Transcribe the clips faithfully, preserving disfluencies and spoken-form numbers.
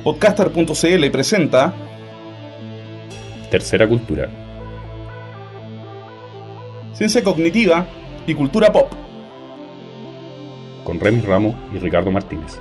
Podcaster punto c l presenta Tercera Cultura, Ciencia Cognitiva y Cultura Pop, con Remy Ramos y Ricardo Martínez.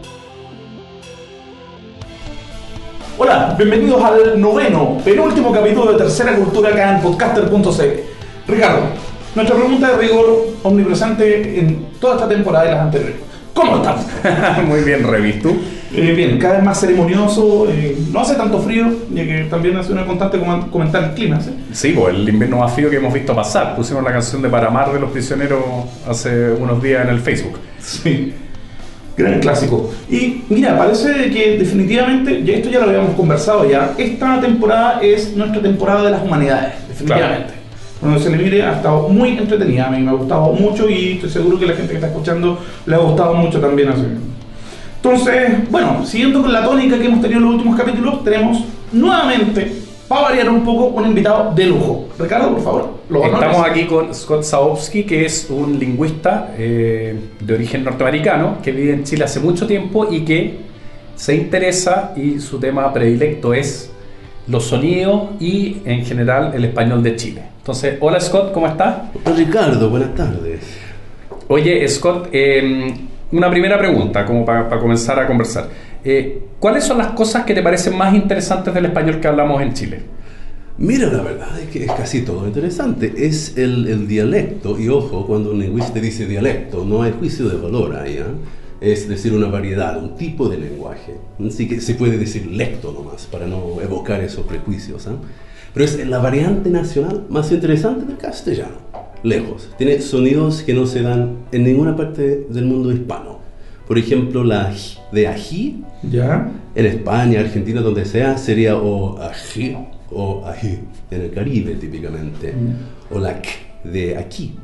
Hola, bienvenidos al noveno, penúltimo capítulo de Tercera Cultura acá en Podcaster punto c l. Ricardo, nuestra pregunta de rigor omnipresente en toda esta temporada y las anteriores. ¿Cómo estás? Muy bien, Remy, ¿tú? Eh, bien, cada vez más ceremonioso, eh, no hace tanto frío, ya que también hace una constante com- comentar el clima, ¿sí? Sí, pues el invierno más frío que hemos visto pasar. Pusimos la canción de Paramar de Los Prisioneros hace unos días en el Facebook. Sí, gran clásico. Y mira, parece que definitivamente, ya esto ya lo habíamos conversado ya, esta temporada es nuestra temporada de las humanidades, definitivamente. Claro. Cuando se le mire, ha estado muy entretenida, a mí me ha gustado mucho y estoy seguro que la gente que está escuchando le ha gustado mucho también así. Entonces, bueno, siguiendo con la tónica que hemos tenido en los últimos capítulos, tenemos nuevamente, para variar un poco, un invitado de lujo. Ricardo, por favor, los honores. Estamos aquí con Scott Zahofsky, que es un lingüista eh, de origen norteamericano, que vive en Chile hace mucho tiempo y que se interesa, y su tema predilecto es los sonidos y, en general, el español de Chile. Entonces, hola Scott, ¿cómo estás? Hola Ricardo, buenas tardes. Oye, Scott, eh, una primera pregunta, como para pa comenzar a conversar. Eh, ¿Cuáles son las cosas que te parecen más interesantes del español que hablamos en Chile? Mira, la verdad es que es casi todo interesante. Es el, el dialecto, y ojo, cuando un lingüista dice dialecto, no hay juicio de valor ahí, ¿eh? Es decir, una variedad, un tipo de lenguaje. Así que se puede decir lecto nomás, para no evocar esos prejuicios, ¿eh? Pero es la variante nacional más interesante del castellano, lejos. Tiene sonidos que no se dan en ninguna parte del mundo hispano. Por ejemplo, la j de ají, ¿ya? En España, Argentina, donde sea, sería o ají o ají, en el Caribe típicamente. Mm. O la k de aquí,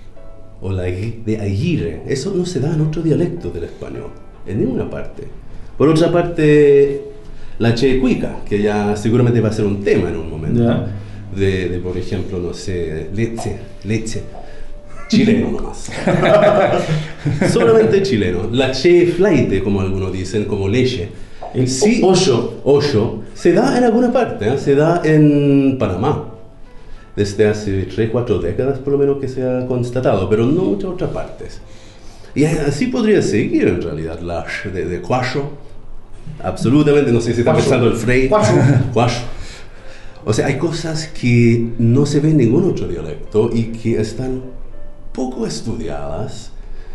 o la g de aguirre. Eso no se da en otro dialecto del español, en ninguna parte. Por otra parte, la checuica, que ya seguramente va a ser un tema en un momento. ¿Ya? De, de, por ejemplo, no sé, leche, leche. Chileno nomás. Solamente chileno. La che flaite, como algunos dicen, como leche. El sí, hoyo. Hoyo. Se da en alguna parte, ¿eh? Se da en Panamá. Desde hace tres, cuatro décadas por lo menos que se ha constatado, pero no muchas otras partes. Y así podría seguir en realidad. La de, de cuacho. Absolutamente, no sé si está pensando el Frey. Cuacho. Cuacho. O sea, hay cosas que no se ven en ningún otro dialecto y que están poco estudiadas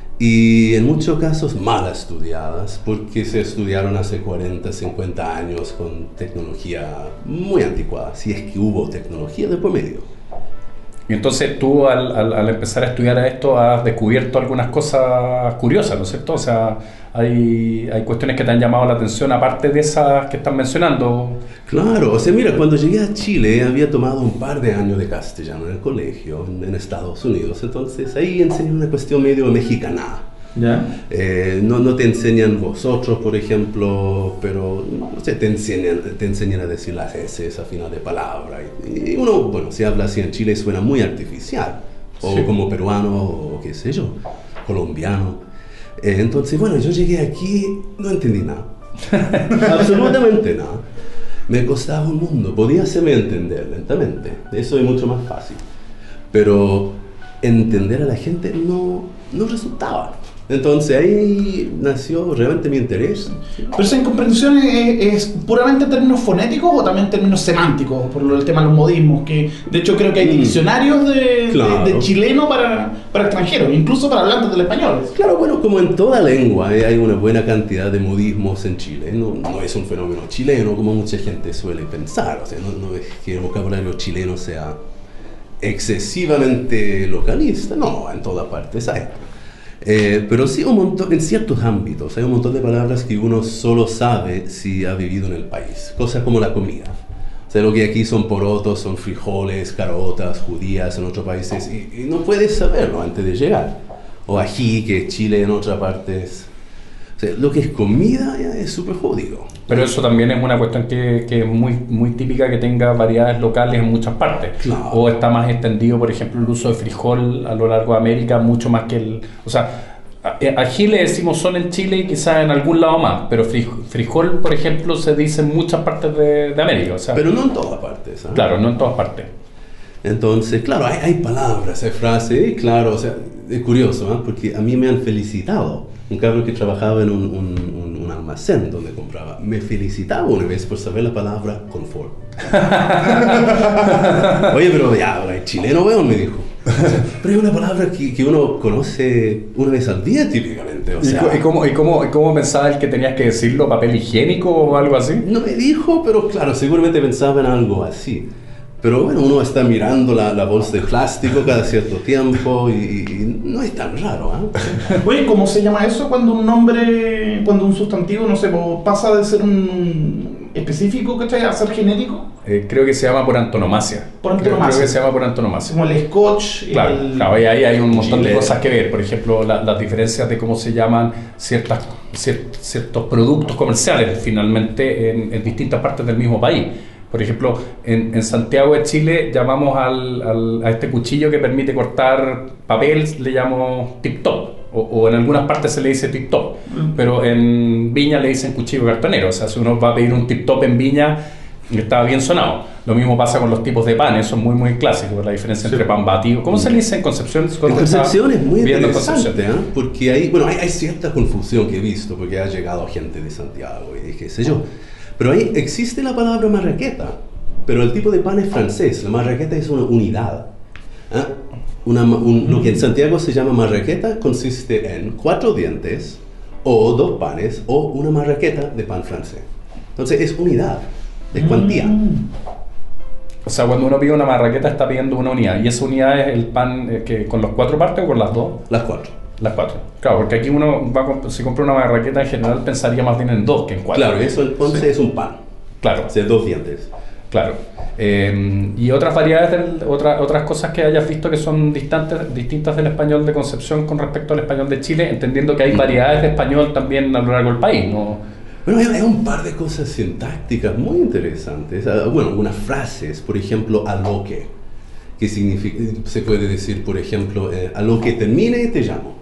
y en muchos casos mal estudiadas porque se estudiaron hace cuarenta, cincuenta años con tecnología muy anticuada, si es que hubo tecnología de por medio. Y entonces tú al, al, al empezar a estudiar esto has descubierto algunas cosas curiosas, ¿no es cierto? O sea, hay, hay cuestiones que te han llamado la atención aparte de esas que están mencionando. Claro, o sea, mira, cuando llegué a Chile había tomado un par de años de castellano en el colegio, en, en Estados Unidos, entonces ahí enseñan una cuestión medio mexicana. ¿Ya? Eh, no, no te enseñan vosotros, por ejemplo, pero no sé, te enseñan, te enseñan a decir las eses a final de palabra. Y, y uno, bueno, si habla así en Chile suena muy artificial, o sí, como peruano, o qué sé yo, colombiano. Eh, entonces, bueno, yo llegué aquí, no entendí nada. Absolutamente nada. Me costaba un mundo, podía hacerme entender lentamente, eso es mucho más fácil. Pero entender a la gente no, no resultaba. Entonces ahí nació realmente mi interés. ¿Pero esa incomprensión es, es puramente en términos fonéticos o también en términos semánticos? Por el tema de los modismos, que de hecho creo que hay diccionarios de, claro, de, de chileno para, para extranjeros, incluso para hablantes del español. Claro, bueno, como en toda lengua eh, hay una buena cantidad de modismos en Chile. No, no es un fenómeno chileno como mucha gente suele pensar. O sea, no, no es que el vocabulario chileno sea excesivamente localista. No, en toda parte hay. Eh, pero sí un montón, en ciertos ámbitos, hay un montón de palabras que uno solo sabe si ha vivido en el país. Cosas como la comida. O sea, lo que aquí son porotos, son frijoles, carotas, judías en otros países, y, y no puedes saberlo antes de llegar. O ají, que Chile en otras partes. O sea, lo que es comida ya es súper jodido. Pero eso también es una cuestión que, que es muy, muy típica, que tenga variedades locales en muchas partes. Claro. O está más extendido, por ejemplo, el uso de frijol a lo largo de América, mucho más que el... O sea, Ají le decimos son en Chile y quizás en algún lado más, pero frijol, por ejemplo, se dice en muchas partes de, de América. O sea, pero no en todas partes. ¿eh? Claro, no en todas partes. Entonces, claro, hay, hay palabras, hay frases, y claro, o sea, es curioso, ¿eh? Porque a mí me han felicitado. Un cabrón que trabajaba en un, un, un, un almacén donde compraba, me felicitaba una vez por saber la palabra confort. Oye, pero ya, ¿es chileno, weón? Me dijo. O sea, pero es una palabra que, que uno conoce una vez al día típicamente. O sea, ¿Y, cómo, y, cómo, ¿Y cómo pensaba el que tenías que decirlo? ¿Papel higiénico o algo así? No me dijo, pero claro, seguramente pensaba en algo así. Pero bueno, uno está mirando la, la bolsa de plástico cada cierto tiempo y, y no es tan raro, ¿eh? Oye, ¿cómo se llama eso cuando un nombre, cuando un sustantivo, no sé, pasa de ser un específico, ¿cachai? A ser genérico? Eh, creo que se llama por antonomasia. Por antonomasia. Creo, creo que se llama por antonomasia. Como el scotch. Claro, el... claro, ahí hay un montón Chile. de cosas que ver. Por ejemplo, la, las diferencias de cómo se llaman ciertas, cier, ciertos productos comerciales finalmente en, en distintas partes del mismo país. Por ejemplo, en, en Santiago de Chile llamamos al, al, a este cuchillo que permite cortar papel, le llamamos tip-top, o, o en algunas partes se le dice tip-top, mm. pero en Viña le dicen cuchillo cartonero. O sea, si uno va a pedir un tip-top en Viña, está bien sonado. Lo mismo pasa con los tipos de panes, son muy muy clásicos, la diferencia sí. entre pan batido. ¿Cómo se le dice en Concepción? En Concepción es muy interesante, ¿eh? Porque hay, bueno, hay, hay cierta confusión que he visto, porque ha llegado gente de Santiago y qué sé yo. Pero ahí existe la palabra marraqueta, pero el tipo de pan es francés. La marraqueta es una unidad. ¿eh? Una, un, lo que en Santiago se llama marraqueta consiste en cuatro dientes, o dos panes, o una marraqueta de pan francés. Entonces es unidad, es cuantía. Mm. O sea, cuando uno pide una marraqueta está pidiendo una unidad. ¿Y esa unidad es el pan eh, que con las cuatro partes o con las dos? Las cuatro. Las cuatro. Claro, porque aquí uno va a, si compra una marraqueta en general pensaría más bien en dos que en cuatro. Claro, eso entonces sí. es un pan. Claro. O sea, dos dientes. Claro. Eh, y otras variedades, del, otra, otras cosas que hayas visto que son distantes, distintas del español de Concepción con respecto al español de Chile, entendiendo que hay variedades de español también a lo largo del país, ¿no? Bueno, hay, hay un par de cosas sintácticas muy interesantes. Bueno, algunas frases, por ejemplo, a lo que. Que significa, se puede decir, por ejemplo, eh, a lo que termine te llamo.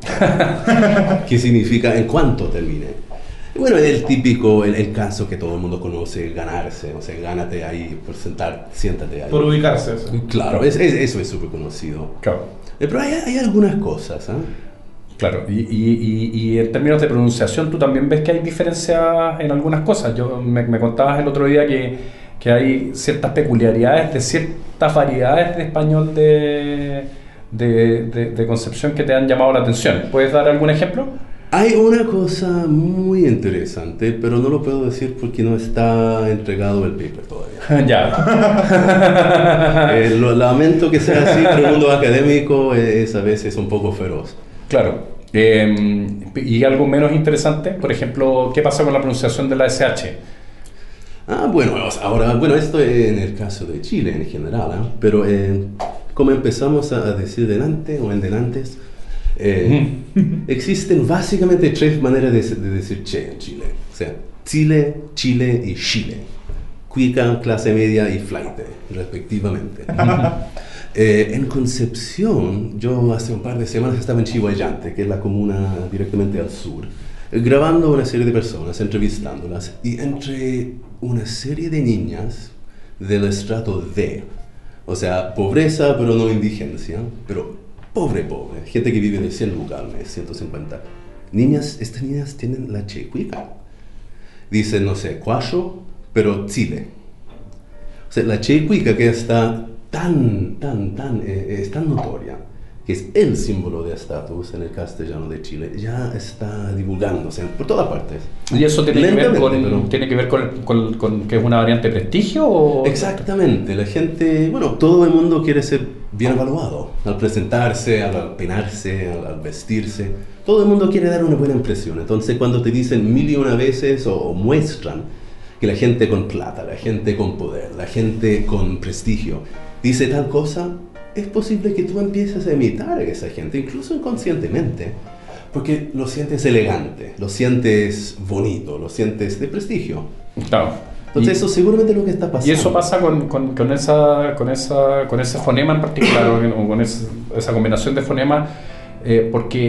¿Qué significa en cuanto termine? Bueno, el típico, el, el caso que todo el mundo conoce, ganarse, o sea, gánate ahí por sentar, siéntate ahí. Por ubicarse. Eso. Claro, es, es, eso es súper conocido. Claro. Eh, pero hay, hay algunas cosas, ¿eh? Claro, y, y, y, y en términos de pronunciación, tú también ves que hay diferencias en algunas cosas. Yo me, me contabas el otro día que, que hay ciertas peculiaridades de ciertas variedades de español de, de, de, de Concepción que te han llamado la atención. ¿Puedes dar algún ejemplo? Hay una cosa muy interesante, pero no lo puedo decir porque no está entregado el paper todavía. Ya. eh, lo lamento que sea así, pero el mundo académico es a veces un poco feroz. Claro. Eh, y algo menos interesante, por ejemplo, ¿qué pasa con la pronunciación de la ese hache? Ah, bueno, ahora, bueno, esto en el caso de Chile en general, ¿eh? Pero eh, como empezamos a decir delante o en delantes, eh, existen básicamente tres maneras de, de decir che en Chile. O sea, Chile, Chile y Chile. Cuica, clase media y flaite, respectivamente. eh, en Concepción, yo hace un par de semanas estaba en Chihuayante, que es la comuna directamente al sur, grabando una serie de personas, entrevistándolas, y entre una serie de niñas del estrato D, o sea, pobreza pero no indigencia, pero pobre, pobre, gente que vive de cien lucas al mes, ciento cincuenta. Niñas, estas niñas tienen la che cuica. Dicen, no sé, cuacho, pero chile. O sea, la che cuica que está tan, tan, tan, eh, es tan notoria, que es el símbolo de estatus en el castellano de Chile, ya está divulgándose por todas partes. ¿Y eso tiene que ver, con, pero... ¿tiene que ver con, con, con que es una variante de prestigio? O... Exactamente, la gente, bueno, todo el mundo quiere ser bien evaluado, al presentarse, al peinarse, al, al vestirse, todo el mundo quiere dar una buena impresión. Entonces cuando te dicen mil y una veces o, o muestran que la gente con plata, la gente con poder, la gente con prestigio, dice tal cosa, es posible que tú empieces a imitar a esa gente, incluso inconscientemente, porque lo sientes elegante, lo sientes bonito, lo sientes de prestigio. Claro. Entonces y, eso seguramente es lo que está pasando. Y eso pasa con, con, con, esa, con, esa, con ese fonema en particular, o con esa, esa combinación de fonemas, eh, porque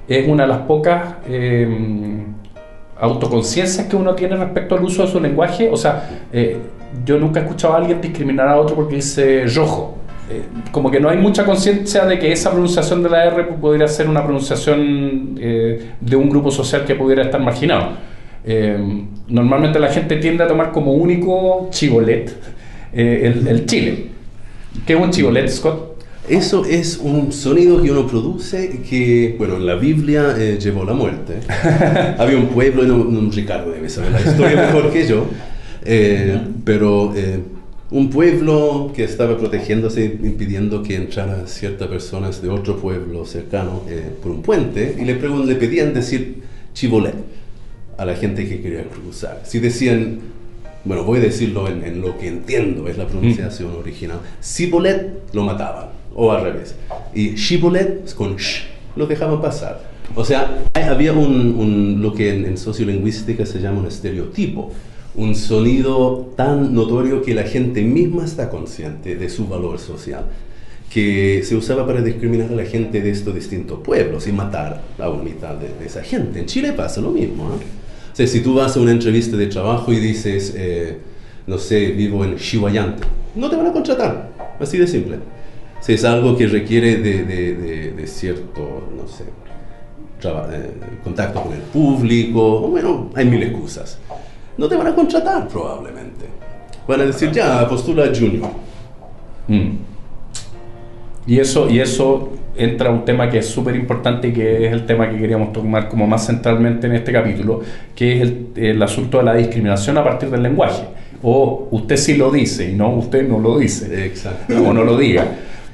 es una de las pocas eh, autoconciencias que uno tiene respecto al uso de su lenguaje. O sea, eh, yo nunca he escuchado a alguien discriminar a otro porque dice rojo. Eh, como que no hay mucha conciencia de que esa pronunciación de la R podría ser una pronunciación eh, de un grupo social que pudiera estar marginado. Eh, normalmente la gente tiende a tomar como único chivolet eh, el, el chile. ¿Qué es un chivolet, Scott? Eso es un sonido que uno produce que, bueno, en la Biblia eh, llevó la muerte. Había un pueblo, y no, no, Ricardo debe saber la historia mejor que yo, eh, pero eh, un pueblo que estaba protegiéndose, impidiendo que entraran ciertas personas de otro pueblo cercano eh, por un puente, y le, pregun- le pedían decir chivolet a la gente que quería cruzar. Si decían, bueno, voy a decirlo en, en lo que entiendo, es la pronunciación mm. original, cibolet, lo mataban, o al revés. Y shibolet, con sh, lo dejaban pasar. O sea, hay, había un, un, lo que en, en sociolingüística se llama un estereotipo, un sonido tan notorio que la gente misma está consciente de su valor social, que se usaba para discriminar a la gente de estos distintos pueblos y matar a una mitad de, de esa gente. En Chile pasa lo mismo, ¿eh? O sea, si tú vas a una entrevista de trabajo y dices, eh, no sé, vivo en Chihuayante, no te van a contratar, así de simple. O sea, es algo que requiere de, de, de, de cierto, no sé, traba, eh, contacto con el público, o bueno, hay mil excusas. No te van a contratar probablemente. Van a decir, ya, postula junior. Mm. Y eso, y eso entra un tema que es súper importante y que es el tema que queríamos tomar como más centralmente en este capítulo, que es el, el asunto de la discriminación a partir del lenguaje. O usted sí lo dice y no, usted no lo dice. Exacto. O no lo diga.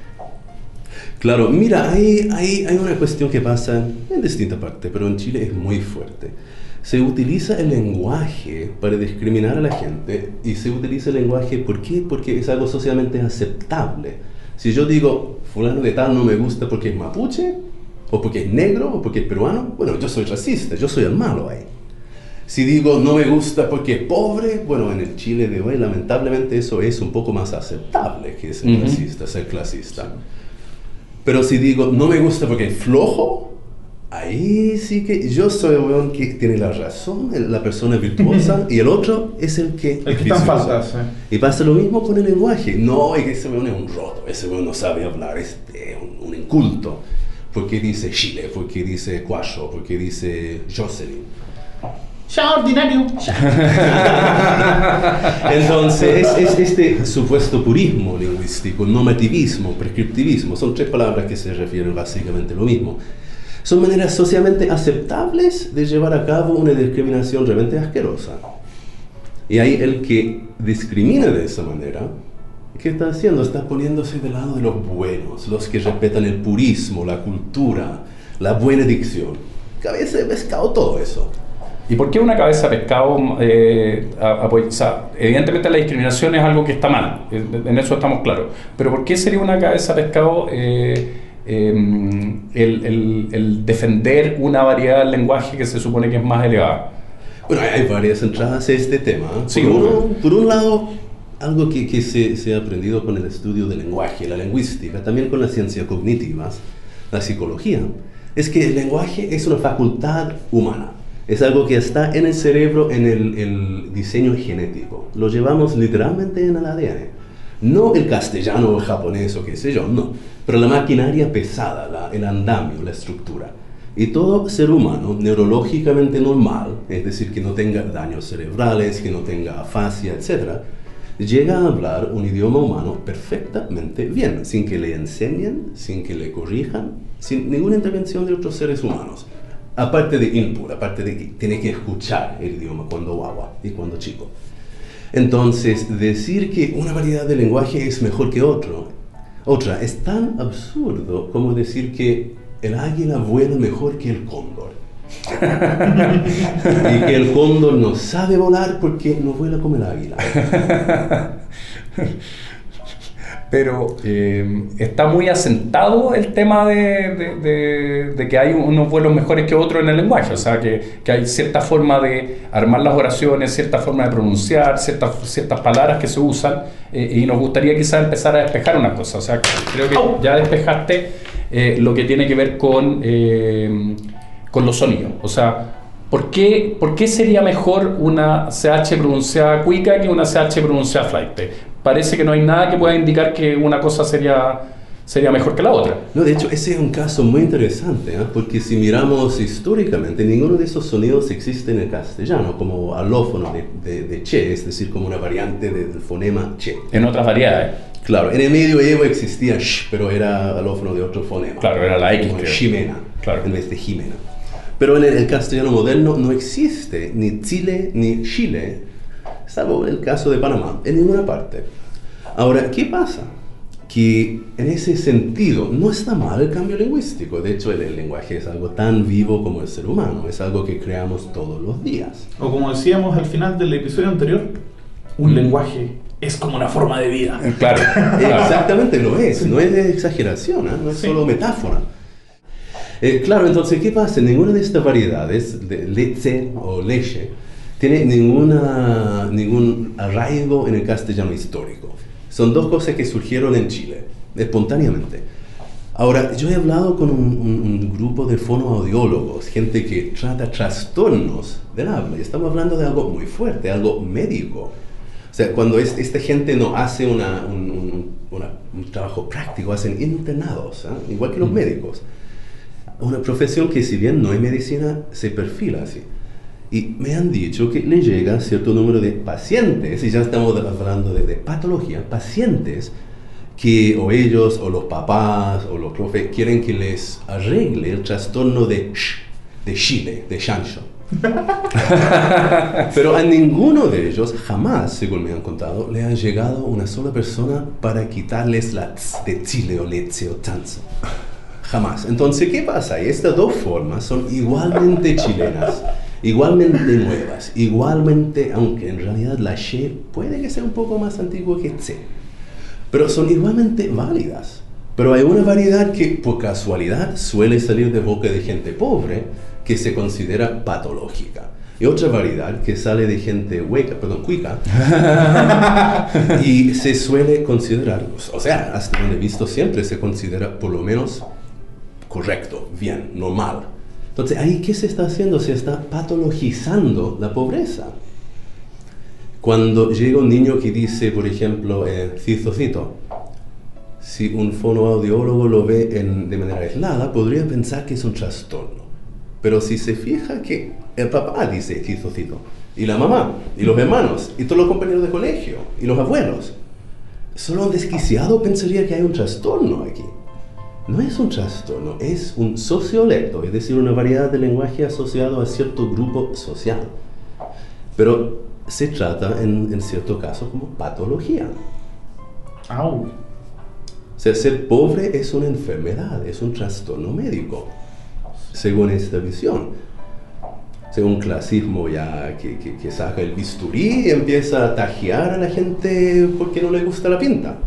Claro, mira, hay, hay, hay una cuestión que pasa en distintas partes, pero en Chile es muy fuerte. Se utiliza el lenguaje para discriminar a la gente, y se utiliza el lenguaje, ¿por qué? Porque es algo socialmente aceptable. Si yo digo, fulano de tal no me gusta porque es mapuche, o porque es negro, o porque es peruano, bueno, yo soy racista, yo soy el malo ahí. Si digo, no me gusta porque es pobre, bueno, en el Chile de hoy, lamentablemente, eso es un poco más aceptable que ser uh-huh. racista, ser clasista. Pero si digo, no me gusta porque es flojo, ahí sí que yo soy el weón que tiene la razón, la persona virtuosa, y el otro es el que... El que está en falta, sí. Y pasa lo mismo con el lenguaje. No, es que ese weón es un roto, ese weón no sabe hablar, es un, un inculto. Porque dice Chile, porque dice Cuacho, porque dice Jocelyn. ¡Ya, ordinario! Entonces, es, es este supuesto purismo lingüístico, normativismo, prescriptivismo, son tres palabras que se refieren básicamente a lo mismo. Son maneras socialmente aceptables de llevar a cabo una discriminación realmente asquerosa. Y ahí el que discrimina de esa manera, ¿qué está haciendo? Está poniéndose del lado de los buenos, los que respetan el purismo, la cultura, la buena dicción. Cabeza de pescado, todo eso. ¿Y por qué una cabeza de pescado? Eh, a, a, o sea, evidentemente la discriminación es algo que está mal, en eso estamos claros. Pero ¿por qué sería una cabeza de pescado eh, eh, el, el, el defender una variedad del lenguaje que se supone que es más elevada? Bueno, hay varias entradas a este tema. Sí, por, uno, por un lado, algo que, que se, se ha aprendido con el estudio del lenguaje, la lingüística, también con las ciencias cognitivas, la psicología, es que el lenguaje es una facultad humana. Es algo que está en el cerebro, en el, el diseño genético. Lo llevamos literalmente en el A D N. No el castellano o el japonés o qué sé yo, no. Pero la maquinaria pesada, la, el andamio, la estructura. Y todo ser humano neurológicamente normal, es decir, que no tenga daños cerebrales, que no tenga afasia, etcétera, llega a hablar un idioma humano perfectamente bien, sin que le enseñen, sin que le corrijan, sin ninguna intervención de otros seres humanos. Aparte de input, aparte de que tiene que escuchar el idioma cuando guagua y cuando chico. Entonces, decir que una variedad de lenguaje es mejor que otro, otra, es tan absurdo como decir que el águila vuela mejor que el cóndor. Y que el cóndor no sabe volar porque no vuela como el águila. Pero eh, está muy asentado el tema de, de, de, de que hay unos vuelos mejores que otros en el lenguaje, o sea, que, que hay cierta forma de armar las oraciones, cierta forma de pronunciar, ciertas, ciertas palabras que se usan, eh, y nos gustaría quizás empezar a despejar una cosa, o sea, creo que ya despejaste eh, lo que tiene que ver con... Eh, con los sonidos. O sea, ¿por qué, ¿por qué sería mejor una C H pronunciada cuica que una C H pronunciada flaite? Parece que no hay nada que pueda indicar que una cosa sería, sería mejor que la otra. No, de hecho, ese es un caso muy interesante, ¿eh? Porque si miramos históricamente, ninguno de esos sonidos existe en el castellano como alófono de, de, de che, es decir, como una variante de, del fonema che. En otras variedades. Claro, en el medioevo existía sh, pero era alófono de otro fonema. Claro, era la X, como creo. Ximena, Claro. en vez de Jimena. Pero en el, el castellano moderno no existe ni Chile ni Chile, salvo en el caso de Panamá, en ninguna parte. Ahora, ¿qué pasa? Que en ese sentido no está mal el cambio lingüístico. De hecho, el, el lenguaje es algo tan vivo como el ser humano, es algo que creamos todos los días. O como decíamos al final del episodio anterior, un lenguaje es como una forma de vida. Claro. Exactamente lo es, no es de exageración, ¿eh? No es Sí. solo metáfora. Eh, claro, entonces, ¿qué pasa? Ninguna de estas variedades, de leche o leche, tiene ninguna, ningún arraigo en el castellano histórico. Son dos cosas que surgieron en Chile, espontáneamente. Ahora, yo he hablado con un, un, un grupo de fonoaudiólogos, gente que trata trastornos del habla, y estamos hablando de algo muy fuerte, algo médico. O sea, cuando es, esta gente no hace una, un, un, una, un trabajo práctico, hacen internados, ¿eh? Igual que los médicos. Una profesión que, si bien no es medicina, se perfila así. Y me han dicho que le llega cierto número de pacientes, y ya estamos hablando de, de patología, pacientes que o ellos, o los papás, o los profes, quieren que les arregle el trastorno de sh, de Chile, de chancho. Pero a ninguno de ellos jamás, según me han contado, le ha llegado una sola persona para quitarles la tz de Chile o leche o tanzo. Jamás. Entonces, ¿qué pasa? Y estas dos formas son igualmente chilenas, igualmente nuevas, igualmente, aunque en realidad la she puede que sea un poco más antigua que tse, pero son igualmente válidas. Pero hay una variedad que, por casualidad, suele salir de boca de gente pobre, que se considera patológica. Y otra variedad que sale de gente hueca, perdón, cuica, y se suele considerar, o sea, hasta donde he visto siempre se considera por lo menos correcto, bien, normal. Entonces, ¿ahí qué se está haciendo? Se está patologizando la pobreza. Cuando llega un niño que dice, por ejemplo, eh, cito, cito, si un fonoaudiólogo lo ve en, de manera aislada, podría pensar que es un trastorno. Pero si se fija que el papá dice cito, cito, y la mamá, y los hermanos, y todos los compañeros de colegio, y los abuelos, solo un desquiciado pensaría que hay un trastorno aquí. No es un trastorno, es un sociolecto, es decir, una variedad de lenguaje asociado a cierto grupo social. Pero se trata, en, en cierto caso, como patología. Au. O sea, ser pobre es una enfermedad, es un trastorno médico, según esta visión. O sea, un clasismo ya que, que, que saca el bisturí y empieza a tajear a la gente porque no le gusta la pinta.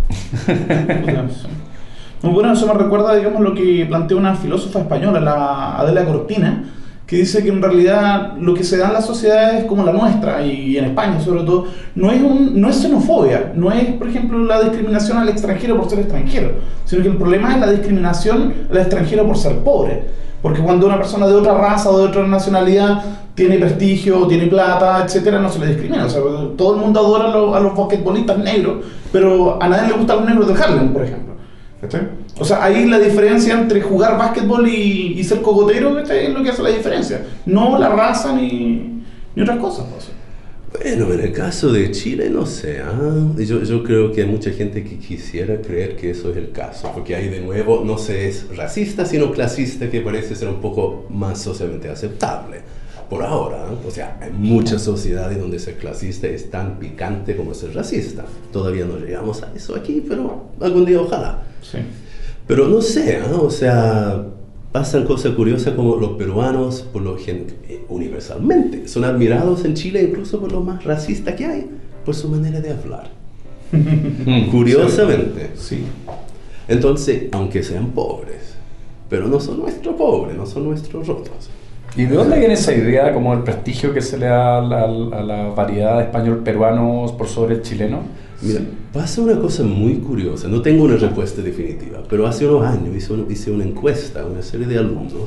Bueno, eso me recuerda, digamos, lo que plantea una filósofa española, la Adela Cortina, que dice que en realidad lo que se da en las sociedades como la nuestra, y en España sobre todo, no es, un, no es xenofobia, no es, por ejemplo, la discriminación al extranjero por ser extranjero, sino que el problema es la discriminación al extranjero por ser pobre. Porque cuando una persona de otra raza o de otra nacionalidad tiene prestigio, tiene plata, etcétera, no se le discrimina. O sea, todo el mundo adora a los, a los basquetbolistas negros, pero a nadie le gustan los negros de Harlem, por ejemplo. ¿Cachai? O sea, ahí la diferencia entre jugar básquetbol y, y ser cogotero, ¿cachai? Es lo que hace la diferencia. No la raza ni, ni otras cosas. ¿No? Bueno, en el caso de Chile, no sé, ¿eh? yo, yo creo que hay mucha gente que quisiera creer que eso es el caso, porque ahí de nuevo no se es racista, sino clasista, que parece ser un poco más socialmente aceptable. Por ahora, ¿eh? O sea, hay muchas sociedades donde ser clasista es tan picante como ser racista. Todavía no llegamos a eso aquí, pero algún día ojalá. Sí. Pero no sé, ¿eh? O sea, pasan cosas curiosas como los peruanos, por lo gen- universalmente, son admirados en Chile incluso por lo más racista que hay, por su manera de hablar. Curiosamente. Sí. Entonces, aunque sean pobres, pero no son nuestros pobres, no son nuestros rotos. ¿Y de dónde viene esa idea, como el prestigio que se le da a la, a la variedad de español peruano por sobre el chileno? Mira, pasa una cosa muy curiosa, no tengo una respuesta definitiva, pero hace unos años hice, un, hice una encuesta a una serie de alumnos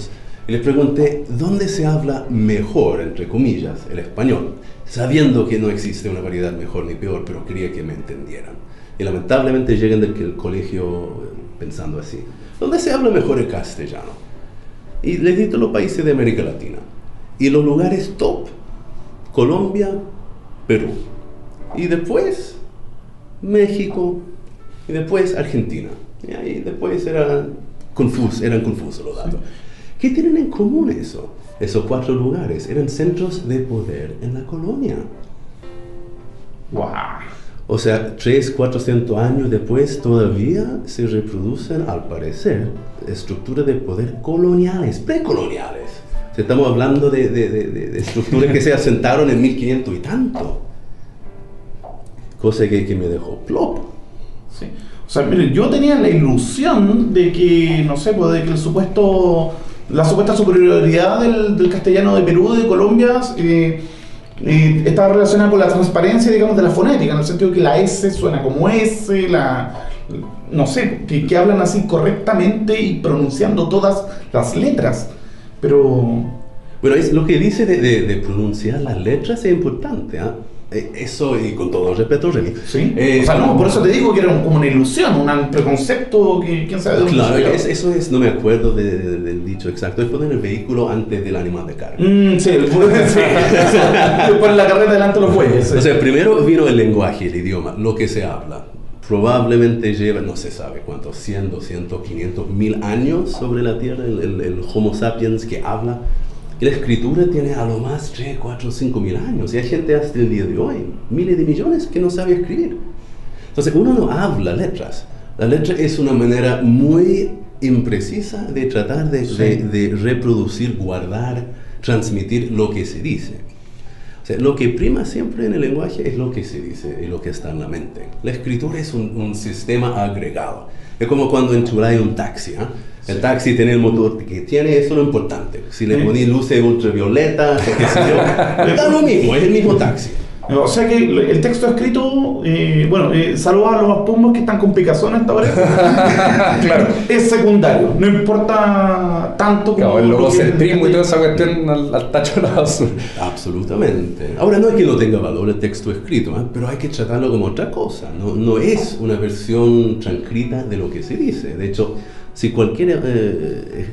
Y les pregunté, ¿dónde se habla mejor, entre comillas, el español? Sabiendo que no existe una variedad mejor ni peor, pero quería que me entendieran. Y lamentablemente llegan del colegio pensando así. ¿Dónde se habla mejor el castellano? Y les di todos los países de América Latina. Y los lugares top, Colombia, Perú. Y después, México. Y después, Argentina. Y ahí después era confuso, eran confusos los datos. ¿Qué tienen en común eso? Esos cuatro lugares eran centros de poder en la colonia. ¡Wow! O sea, tres, cuatrocientos años después todavía se reproducen, al parecer, estructuras de poder coloniales, precoloniales. O sea, estamos hablando de, de, de, de estructuras que se asentaron en mil quinientos y tanto. Cosa que, que me dejó plop. Sí. O sea, miren, yo tenía la ilusión de que, no sé, pues de que el supuesto, la supuesta superioridad del, del castellano de Perú, de Colombia, eh, eh, estaba relacionada con la transparencia, digamos, de la fonética, en el sentido de que la S suena como S, la, no sé, que, que hablan así correctamente y pronunciando todas las letras, pero... Bueno, es lo que dice de, de, de pronunciar las letras es importante, ¿ah? ¿eh? Eso, y con todo respeto, Remy. Sí. Eh, o sea, no, por eso te digo que era un, como una ilusión, un preconcepto que quién sabe de dónde Claro, salió. es, eso es, no me acuerdo de, de, del dicho exacto, es poner el vehículo antes del animal de carga. Mm, sí, el, sí, poner la carreta delante de los bueyes. Sí. O sea, primero vino el lenguaje, el idioma, lo que se habla. Probablemente lleva, no se sabe cuántos, cien, doscientos, quinientos, mil años sobre la Tierra, el, el, el Homo sapiens que habla. Y la escritura tiene a lo más tres, cuatro, cinco mil años. Y hay gente hasta el día de hoy, miles de millones, que no sabe escribir. Entonces, uno no habla letras. La letra es una manera muy imprecisa de tratar de, sí. de, de reproducir, guardar, transmitir lo que se dice. O sea, lo que prima siempre en el lenguaje es lo que se dice y lo que está en la mente. La escritura es un, un sistema agregado. Es como cuando enchuláis un taxi, ¿eh? El taxi tiene el motor que tiene, eso es lo importante. Si le ponéis luces ultravioleta, qué sé yo, da lo mismo, es el mismo taxi. O sea que el texto escrito, eh, bueno, eh, saluda a los pumbos que están con picazón esta hora. Claro, es secundario, no importa tanto como. Claro, el logocentrismo y toda esa cuestión al, al tacho de la basura. Absolutamente. Ahora, no es que no tenga valor el texto escrito, ¿eh? Pero hay que tratarlo como otra cosa. No, no es una versión transcrita de lo que se dice. De hecho, si cualquier eh, eh,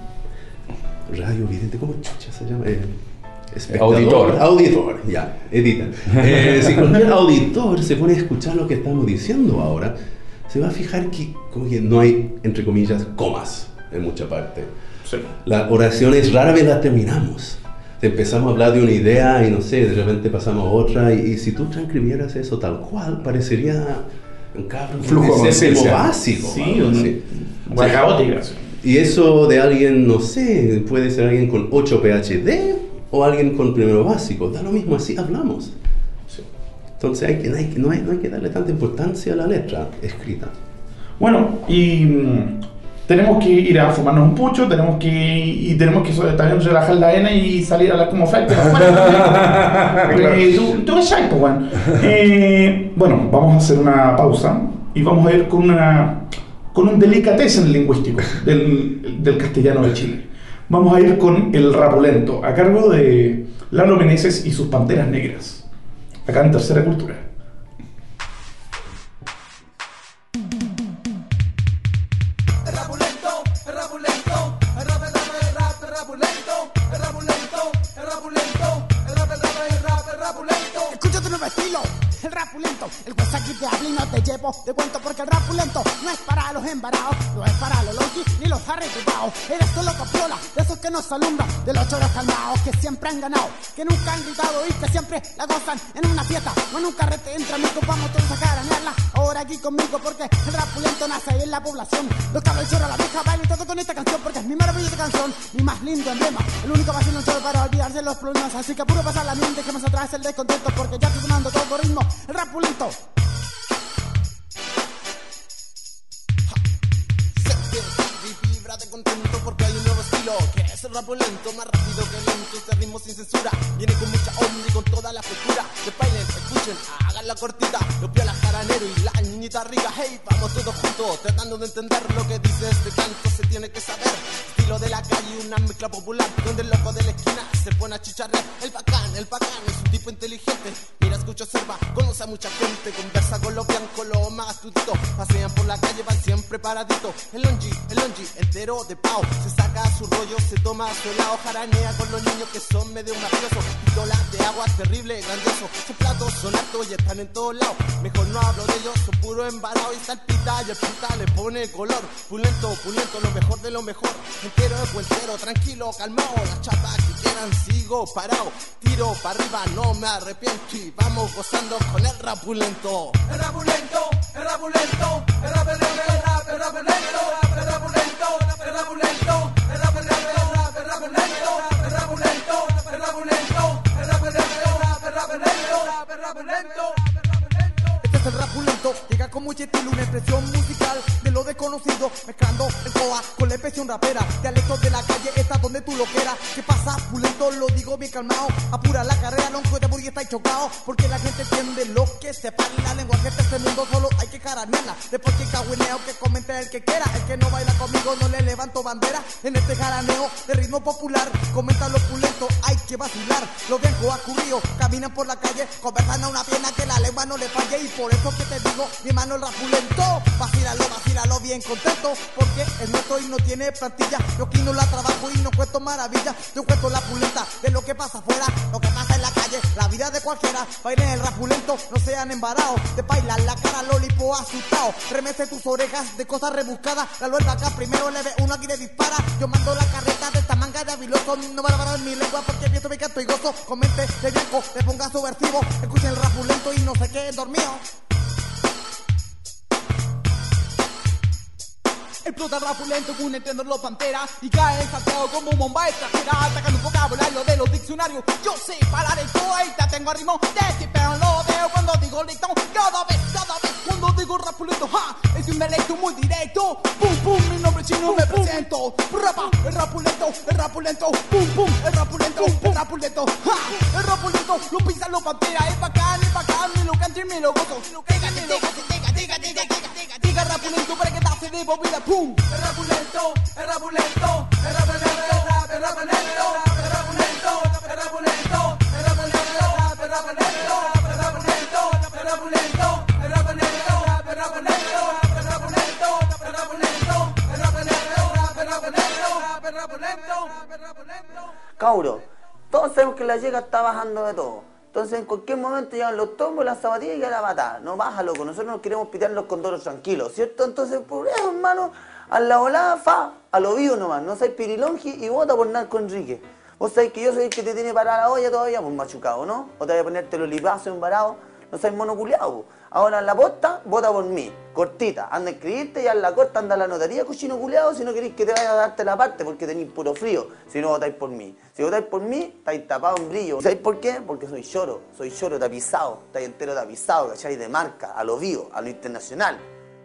radio vidente, ¿cómo chucha se llama? Eh, auditor. Auditor, ya, edita. Eh, si cualquier auditor se pone a escuchar lo que estamos diciendo ahora, se va a fijar que, como que no hay, entre comillas, comas en mucha parte. Sí. Las oraciones rara vez las terminamos. Empezamos a hablar de una idea y no sé, de repente pasamos a otra, y, y si tú transcribieras eso tal cual, parecería un cabrón, flujo de séptimo básico. Sí, o sí. Una caótica. Sí. Y eso de alguien, no sé, puede ser alguien con ocho P H D o alguien con primero básico, da lo mismo, así hablamos. Sí. Entonces hay que, no, hay, no, hay, no hay que darle tanta importancia a la letra escrita. Bueno, y mmm, tenemos que ir a fumarnos un pucho, tenemos que y tenemos que también relajar la arena y salir a hablar como Felipe. Tú ves pues bueno. Eh, bueno, vamos a hacer una pausa y vamos a ir con una con un delicatessen lingüístico del, del castellano de Chile. Vamos a ir con el rapulento, a cargo de Lalo Meneses y sus Panteras Negras, acá en Tercera Cultura. Te cuento porque el rapulento no es para los embarados, no es para los lonquis ni los arrecupados. Eres solo copiola, de esos que nos alumbran, de los choros calmados que siempre han ganado, que nunca han gritado y que siempre la gozan en una fiesta o en un carrete entre amigos. Vamos todos a caranearla ahora aquí conmigo porque el rapulento nace ahí en la población. Los cabros, el chorro, la vieja bailan todo con esta canción porque es mi maravillosa canción, mi más lindo emblema, el único vacío chorro para olvidarse de los problemas. Así que puro pasar la mente, que más atrás el descontento porque ya estoy sonando todo ritmo, el rapulento. Contento porque hay un nuevo estilo que es el rapulento, más rápido que lento, este ritmo sin censura, viene con mucha onda y con toda la cultura. Que bailen, escuchen, hagan la cortita, los piolas jaranero y la niñita rica. Hey, vamos todos juntos, tratando de entender lo que dice este canto, se tiene que saber. estilo de la calle y una mezcla popular, donde el loco de la esquina se pone a chicharrear. El bacán, el bacán es un tipo inteligente. Mira, escucha, observa, conoce a mucha gente, conversa con los blancos, los más astutos. Pasean por la calle, van siempre paraditos. El longi, el longi, entero de pao. Se saca su rollo, se toma su helado, jaranea con los niños que son medio mafiosos. Pistolas de agua, terrible, grandioso. Sus platos son altos y están en todos lados. Mejor no hablo de ellos, son puro embarado. Y salpita y el puta le pone color. Pulento, pulento, lo mejor de lo mejor. Entero es puentero, tranquilo, calmado. Las chapas que quieran sigo parado. Tiro para arriba, no me arrepiento. Y vamos gozando con el rapulento. El rapulento, el rapulento, el rapulento, el rap, el rapulento, el rapulento, el rapulento, el rapulento, el rapulento, el rapulento, el rapulento, el rapulento, el rapulento, el rapulento. Este es el rapulento, llega con mucho estilo, una expresión musical de lo desconocido, mezclando el coa con la expresión rapera, dialectos de la calle, está donde tú lo quieras. ¿Qué pasa, pulento? Lo digo bien calmado, apura la carrera, no encuentra porque está chocado, porque la gente entiende lo que se para la lengua, que este mundo solo hay que jaranearla, después que cagüineo, que comente el que quiera, el que no baila conmigo no le levanto bandera, en este jaraneo de ritmo popular, comenta los pulentos, hay que vacilar, los viejos acurridos, caminan por la calle, conversan a una pierna que la lengua no le falle, y por eso que te digo, mi mano el rapulento, vacílalo, vacílalo bien contento, porque es nuestro y no tiene plantilla, yo aquí no la trabajo y no cuento maravillas, yo cuento la pulenta de lo que pasa afuera, lo que pasa en la calle, la vida de cualquiera, bailen el rapulento, no sean embarados, te bailan la cara lolipo asustado, remece tus orejas de cosas rebuscadas, la luerda acá primero le ve uno aquí le dispara, yo mando la carreta de esta manga de aviloso, no van a parar mi lengua porque pienso me canto y gozo, comente de blanco, le ponga subversivo, escuchen el rapulento y no se queden dormidos. Explota el rapulento con un entender los panteras y cae en Santiago como bomba extranjera, atacando un vocabulario de los diccionarios. Yo sé parar el poeta, tengo ritmo de ti, pero lo veo cuando digo listo. Cada vez, cada vez cuando digo rapulento, ja, es un dialecto muy directo. Pum, pum, mi nombre chino me presento. Rapa, el rapulento, el rapulento, pum, pum, el rapulento, el rapulento, ja, el rapulento, lo pisan los panteras, es bacán, es bacán, me lo canto y me lo gozo. Diga, diga, diga, diga, diga, diga, diga, rapulento para que te hace de bobina, pum. El rapulento, el rapulento, el rapulento, el rapulento, el rapulento, el rapulento, el rapulento, el rapulento, el rapulento, el rapulento, el rapulento, el rapulento, el rapulento, el rapulento, el rapulento, el rapulento. Cabro, todos sabemos que la llega está bajando de todo. Entonces en cualquier momento llegan los tombos, las zapatillas y a la patada. No baja, loco, nosotros nos queremos pitear los condoros tranquilos, ¿cierto? Entonces, por eso, hermano, a la volada, fa, a lo vivo nomás. No seas pirilongi y vota por Narco Enrique. Vos sabés que yo soy el que te tiene parada la olla todavía, pues machucado, ¿no? O te voy a ponerte los lipazos embarados, no seas monoculeado. Ahora en la posta, vota por mí, cortita. Anda a escribirte y a la corta anda a la notaría, cochino culeado, si no queréis que te vaya a darte la parte porque tenéis puro frío, si no votáis por mí. Si votáis por mí, estáis tapados en brillo. ¿Sabéis por qué? Porque soy lloro, soy lloro tapizado, estáis entero tapizado, ¿cachai? De marca, a lo vivo, a lo internacional.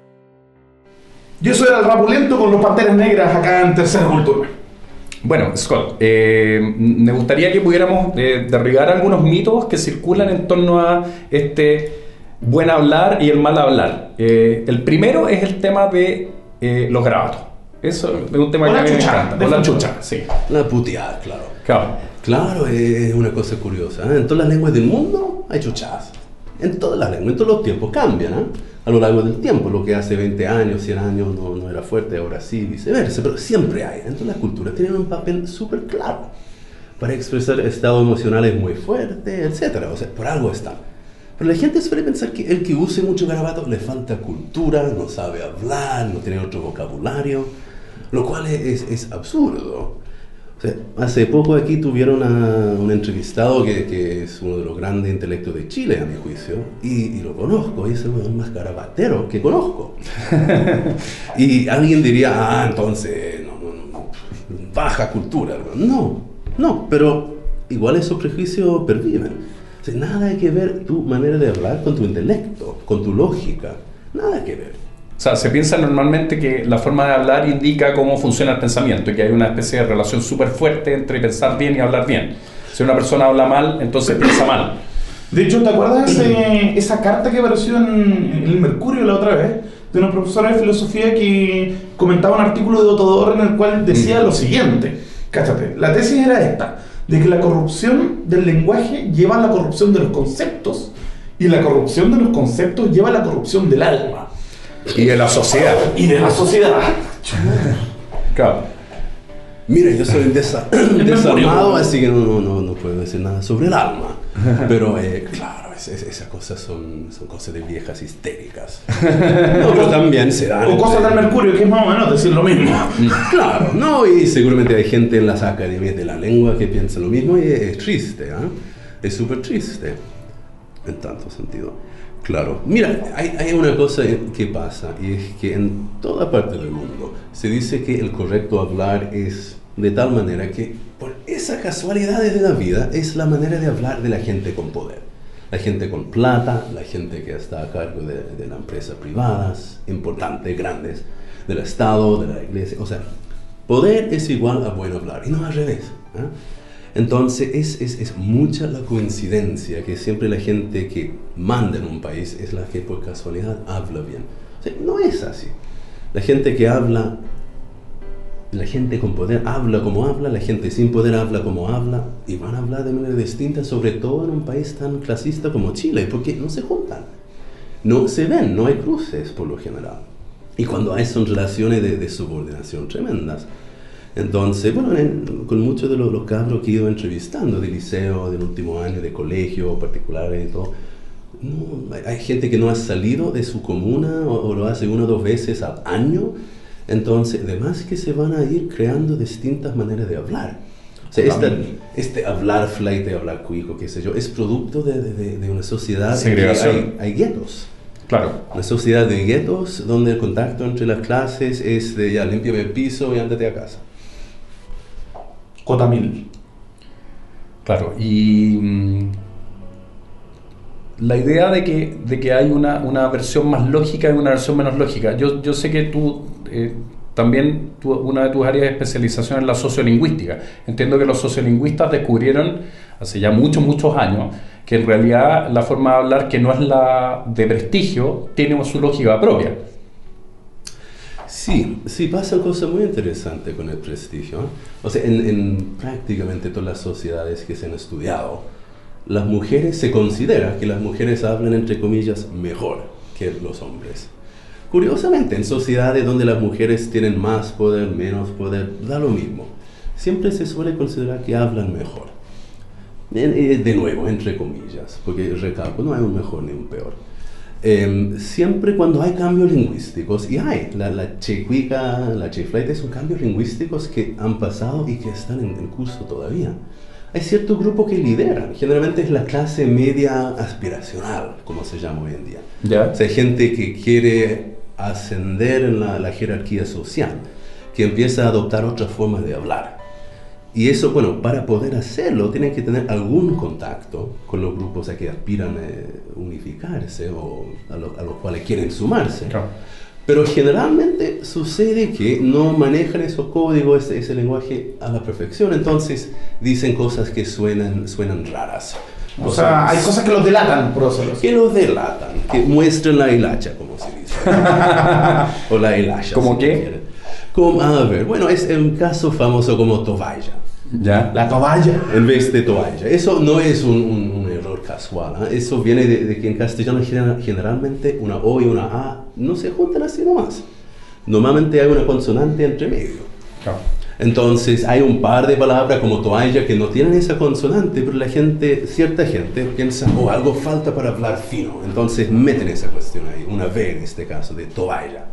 Yo soy el rapulento con los Panteras Negras acá en Tercera Cultura. Bueno, Scott, eh, me gustaría que pudiéramos eh, derribar algunos mitos que circulan en torno a este buen hablar y el mal hablar. Eh, el primero es el tema de eh, los garabatos. Eso es un tema o que a mí me chucha, encanta. O la chucha, sí. La puteada, claro. Claro. Claro, es una cosa curiosa. ¿eh? En todas las lenguas del mundo hay chuchadas. En todas las lenguas, en todos los tiempos cambian, ¿eh? A lo largo del tiempo. Lo que hace veinte años, cien años no, no era fuerte, ahora sí, viceversa. Pero siempre hay. En todas las culturas tienen un papel súper claro para expresar estados emocionales muy fuertes, etcétera. O sea, por algo están. Pero la gente suele pensar que el que use mucho garabato le falta cultura, no sabe hablar, no tiene otro vocabulario, lo cual es, es absurdo. O sea, hace poco aquí tuvieron a un entrevistado que, que es uno de los grandes intelectos de Chile, a mi juicio, y, y lo conozco, y es el más garabatero que conozco. Y alguien diría, ah, entonces, no, no, no, baja cultura. No, no, pero igual esos prejuicios perviven. O sea, nada hay que ver tu manera de hablar con tu intelecto, con tu lógica, nada que ver. O sea, se piensa normalmente que la forma de hablar indica cómo funciona el pensamiento y que hay una especie de relación súper fuerte entre pensar bien y hablar bien. Si una persona habla mal, entonces piensa mal. De hecho, ¿te acuerdas de ese, esa carta que apareció en, en el Mercurio la otra vez? de una profesora de filosofía que comentaba un artículo de Otto Dor en el cual decía mm. lo siguiente, cáchate, la tesis era esta, de que la corrupción del lenguaje lleva a la corrupción de los conceptos y la corrupción de los conceptos lleva a la corrupción del alma. Y de la sociedad. Y de la sociedad. Claro. Mira, yo soy desa desarmado, así que no, no, no, no puedo decir nada sobre el alma. Pero, eh, claro, es, es, esas cosas son, son cosas de viejas histéricas. No, pero también se dan. O cosas del Mercurio, que es más o menos decir lo mismo. Claro, no, y seguramente hay gente en las academias de la lengua que piensa lo mismo y es triste, ¿eh? Es súper triste, en tanto sentido. Claro, mira, hay, hay una cosa que pasa, y es que en toda parte del mundo se dice que el correcto hablar es de tal manera que, por esas casualidades de la vida, es la manera de hablar de la gente con poder. La gente con plata, la gente que está a cargo de, de las empresas privadas, importantes, grandes, del Estado, de la iglesia. O sea, poder es igual a buen hablar, y no al revés, ¿eh? Entonces es, es, es mucha la coincidencia que siempre la gente que manda en un país es la que por casualidad habla bien. O sea, no es así. La gente que habla, la gente con poder habla como habla, la gente sin poder habla como habla, y van a hablar de manera distinta, sobre todo en un país tan clasista como Chile, porque no se juntan, no se ven, no hay cruces por lo general. Y cuando hay son relaciones de, de subordinación tremendas. Entonces, bueno, en, con muchos de los, los cabros que he ido entrevistando de liceo, del último año, de colegio particulares y todo, no, hay, hay gente que no ha salido de su comuna o, o lo hace una o dos veces al año. Entonces, además que se van a ir creando distintas maneras de hablar. O sea, esta, este hablar flight, hablar cuico, qué sé yo, es producto de, de, de una sociedad en que hay, hay guetos. Claro. Una sociedad de guetos donde el contacto entre las clases es de ya, límpiame el piso y ándate a casa. Cota mil. Claro, y mmm, la idea de que, de que hay una, una versión más lógica y una versión menos lógica. Yo, yo sé que tú, eh, también tu, una de tus áreas de especialización es la sociolingüística. Entiendo que los sociolingüistas descubrieron hace ya muchos, muchos años que en realidad la forma de hablar que no es la de prestigio tiene su lógica propia. Sí, sí, pasan cosas muy interesantes con el prestigio, ¿eh? O sea, en, en prácticamente todas las sociedades que se han estudiado, las mujeres, se considera que las mujeres hablan, entre comillas, mejor que los hombres. Curiosamente, en sociedades donde las mujeres tienen más poder, menos poder, da lo mismo. Siempre se suele considerar que hablan mejor. De nuevo, entre comillas, porque recalco, no hay un mejor ni un peor. Eh, siempre cuando hay cambios lingüísticos, y hay, la, la checuica, la cheflaita son cambios lingüísticos que han pasado y que están en, en curso todavía. Hay cierto grupo que lideran, generalmente es la clase media aspiracional, como se llama hoy en día. ¿Ya? O sea, hay gente que quiere ascender en la, la jerarquía social, que empieza a adoptar otras formas de hablar. Y eso, bueno, para poder hacerlo, tienen que tener algún contacto con los grupos a que aspiran a eh, unificarse o a, lo, a los cuales quieren sumarse. Claro. Pero generalmente sucede que no manejan esos códigos, ese, ese lenguaje a la perfección, entonces dicen cosas que suenan, suenan raras. O, o sea, sea, hay cosas que los delatan, por eso. Que los delatan, que muestran la hilacha, como se dice. O la hilacha. ¿Cómo si qué? Como, a ver, bueno, es un caso famoso como toalla. ¿Ya? La toalla. En vez de toalla. Eso no es un, un, un error casual, ¿eh? Eso viene de, de que en castellano generalmente una O y una A no se juntan así nomás. Normalmente hay una consonante entre medio. Claro. Entonces hay un par de palabras como toalla que no tienen esa consonante, pero la gente, cierta gente piensa, oh, algo falta para hablar fino. Entonces meten esa cuestión ahí, una V en este caso, de toalla.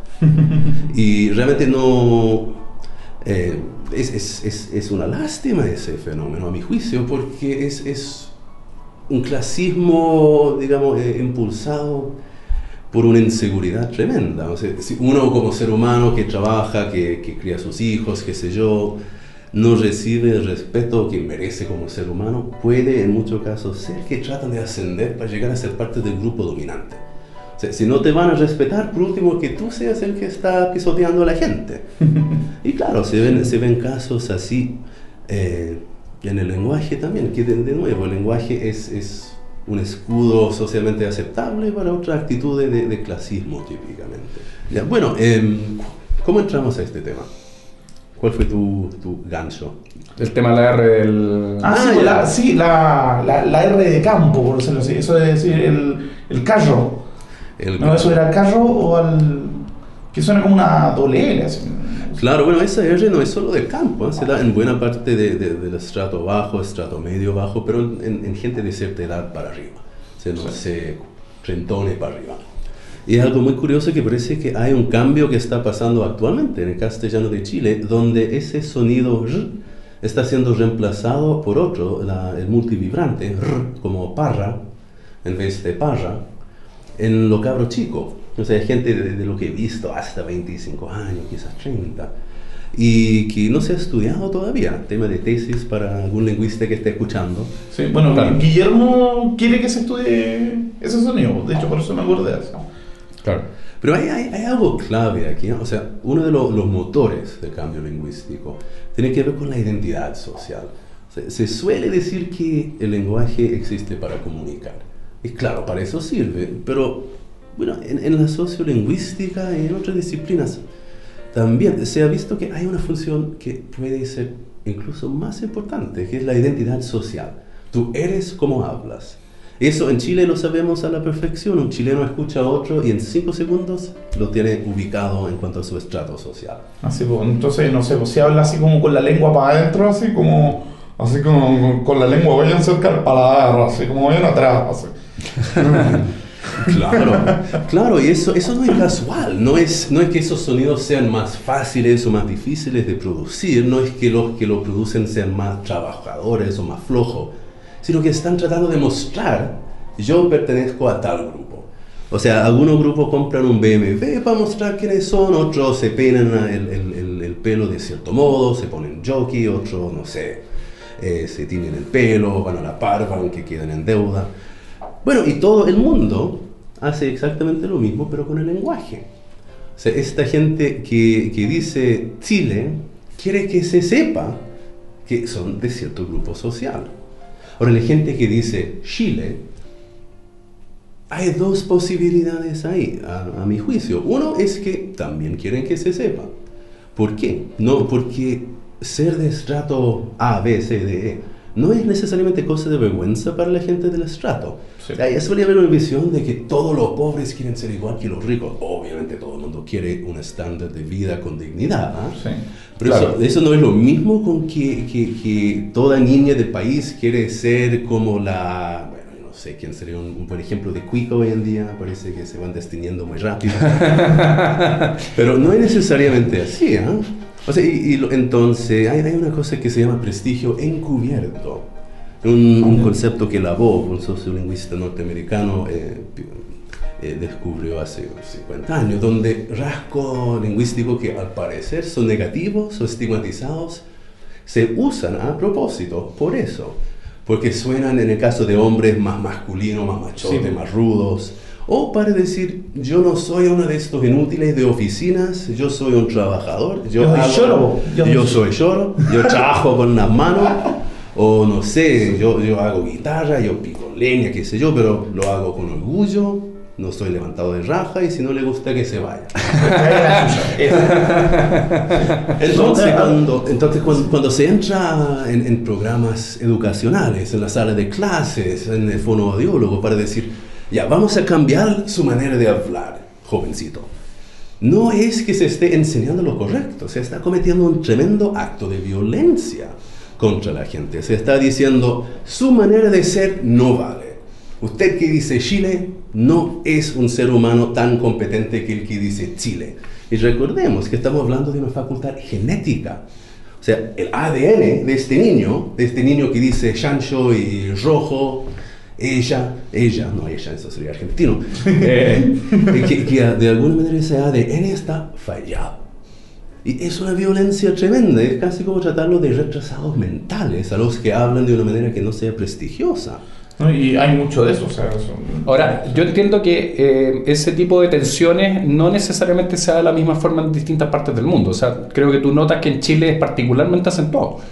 Y realmente no... Eh, es, es, es, es una lástima ese fenómeno, a mi juicio, porque es, es un clasismo, digamos, eh, impulsado por una inseguridad tremenda. O sea, si uno como ser humano que trabaja, que, que cría a sus hijos, qué sé yo, no recibe el respeto que merece como ser humano, puede en muchos casos ser que tratan de ascender para llegar a ser parte del grupo dominante. O sea, si no te van a respetar, por último, que tú seas el que está pisoteando a la gente. Y claro, se ven, se ven casos así eh, en el lenguaje también, que de, de nuevo, el lenguaje es, es un escudo socialmente aceptable para otras actitudes de, de clasismo típicamente. Ya, bueno, eh, ¿cómo entramos a este tema? ¿Cuál fue tu, tu gancho? El tema de la R del... Ah, Ah, sí, ya. pues la, sí la, la, la R de campo, por decirlo así. Eso es decir, el, el carro. El- ¿No? ¿Eso era el carro o al...? Que suena como una doble L, así. Claro, bueno, esa R no es solo del campo, ¿eh? Se da en buena parte de, de, del estrato bajo, estrato medio bajo, pero en, en gente de cierta edad para arriba. O sea, no sé, trentones para arriba. Y es algo muy curioso que parece que hay un cambio que está pasando actualmente en el castellano de Chile, donde ese sonido R está siendo reemplazado por otro, la, el multivibrante, R, como parra, en vez de parra, en lo cabro chico. O sea, hay gente de, de lo que he visto hasta veinticinco años, quizás treinta, y que no se ha estudiado todavía. Tema de tesis para algún lingüista que esté escuchando. Sí, bueno, Claro. Guillermo quiere que se estudie ese sonido. De hecho, por eso me acordé de eso. Claro. Pero hay, hay, hay algo clave aquí, ¿no? O sea, uno de lo- los motores del cambio lingüístico tiene que ver con la identidad social. O sea, se suele decir que el lenguaje existe para comunicar. Y claro, para eso sirve, pero bueno, en, en la sociolingüística y en otras disciplinas también se ha visto que hay una función que puede ser incluso más importante, que es la identidad social. Tú eres como hablas. Eso en Chile lo sabemos a la perfección. Un chileno escucha a otro y en cinco segundos lo tiene ubicado en cuanto a su estrato social. Así, pues, entonces, no sé, pues si habla así como con la lengua para adentro, así como, así como con, con la lengua vayan cerca al paladar, así como vayan atrás, así. Claro, claro, y eso, eso no es casual, no es, no es que esos sonidos sean más fáciles o más difíciles de producir, no es que los que lo producen sean más trabajadores o más flojos, sino que están tratando de mostrar, yo pertenezco a tal grupo. O sea, algunos grupos compran un B M W para mostrar quiénes son, otros se peinan el, el, el, el pelo de cierto modo, se ponen jockey, otros, no sé, eh, se tiñen el pelo, van a la parva, aunque quedan en deuda. Bueno, y todo el mundo hace exactamente lo mismo, pero con el lenguaje. O sea, esta gente que, que dice Chile quiere que se sepa que son de cierto grupo social. Ahora, la gente que dice Chile, hay dos posibilidades ahí, a, a mi juicio. Uno es que también quieren que se sepa. ¿Por qué? No, porque ser de estrato A, B, C, D, E no es necesariamente cosa de vergüenza para la gente del estrato. Sí. O sea, ya suele haber una visión de que todos los pobres quieren ser igual que los ricos. Obviamente todo el mundo quiere un estándar de vida con dignidad, ¿ah? Sí. Pero Claro. eso, eso no es lo mismo con que, que, que toda niña del país quiere ser como la... Bueno, no sé quién sería un, un buen ejemplo de cuico hoy en día. Parece que se van destiniendo muy rápido. Pero no es necesariamente así, ¿ah? O sea, y, y lo- entonces hay, hay una cosa que se llama prestigio encubierto. Un, un concepto que Lavaux, un sociolingüista norteamericano, eh, pi- eh, descubrió hace cincuenta años, donde rasgos lingüísticos que al parecer son negativos o estigmatizados se usan a propósito, por eso. Porque suenan, en el caso de hombres, más masculinos, más machotes, Sí. más rudos. O para decir, yo no soy uno de estos inútiles de oficinas, yo soy un trabajador. Yo, Yo soy hago- lloro, Yo, yo- soy lloro, yo trabajo con las manos. O no sé, yo, yo hago guitarra, yo pico leña, qué sé yo, pero lo hago con orgullo, no soy levantado de raja y si no le gusta que se vaya. Entonces, cuando, entonces cuando, cuando se entra en, en programas educacionales, en las salas de clases, en el fonoaudiólogo, para decir, ya, vamos a cambiar su manera de hablar, jovencito. No es que se esté enseñando lo correcto, se está cometiendo un tremendo acto de violencia contra la gente. Se está diciendo, su manera de ser no vale. Usted que dice Chile no es un ser humano tan competente que el que dice Chile. Y recordemos que estamos hablando de una facultad genética. O sea, el A D N de este niño, de este niño que dice chancho y rojo, ella, ella, no ella, eso sería argentino, eh, que, que de alguna manera ese A D N está fallado. Y es una violencia tremenda, es casi como tratarlo de retrasados mentales a los que hablan de una manera que no sea prestigiosa. ¿No? Y hay mucho de eso, o sea, eso- Ahora, yo entiendo que eh, ese tipo de tensiones no necesariamente se da de la misma forma en distintas partes del mundo. O sea, creo que tú notas que en Chile es particularmente acentuado.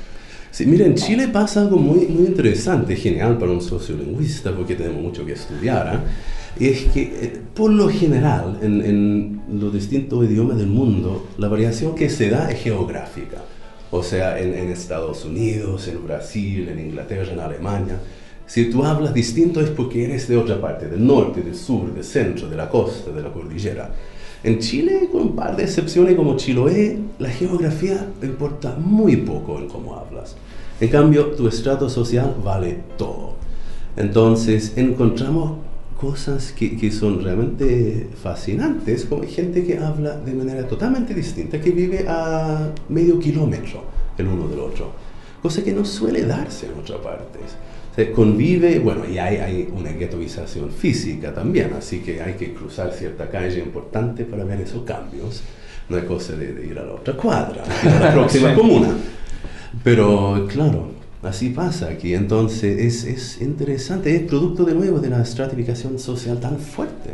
Sí, mira, en Chile pasa algo muy, muy interesante, genial para un sociolingüista, porque tenemos mucho que estudiar, ¿eh? Y es que, eh, por lo general, en, en los distintos idiomas del mundo, la variación que se da es geográfica. O sea, en, en Estados Unidos, en Brasil, en Inglaterra, en Alemania, si tú hablas distinto es porque eres de otra parte, del norte, del sur, del centro, de la costa, de la cordillera. En Chile, con un par de excepciones como Chiloé, la geografía importa muy poco en cómo hablas. En cambio, tu estrato social vale todo. Entonces, encontramos cosas que, que son realmente fascinantes, como hay gente que habla de manera totalmente distinta, que vive a medio kilómetro el uno del otro, cosa que no suele darse en otras partes. Se convive, bueno, y hay, hay una ghettoización física también, así que hay que cruzar cierta calle importante para ver esos cambios. No es cosa de, de ir a la otra cuadra, ir a la próxima comuna. Pero, claro, así pasa aquí. Entonces, es, es interesante, es producto de nuevo de la estratificación social tan fuerte.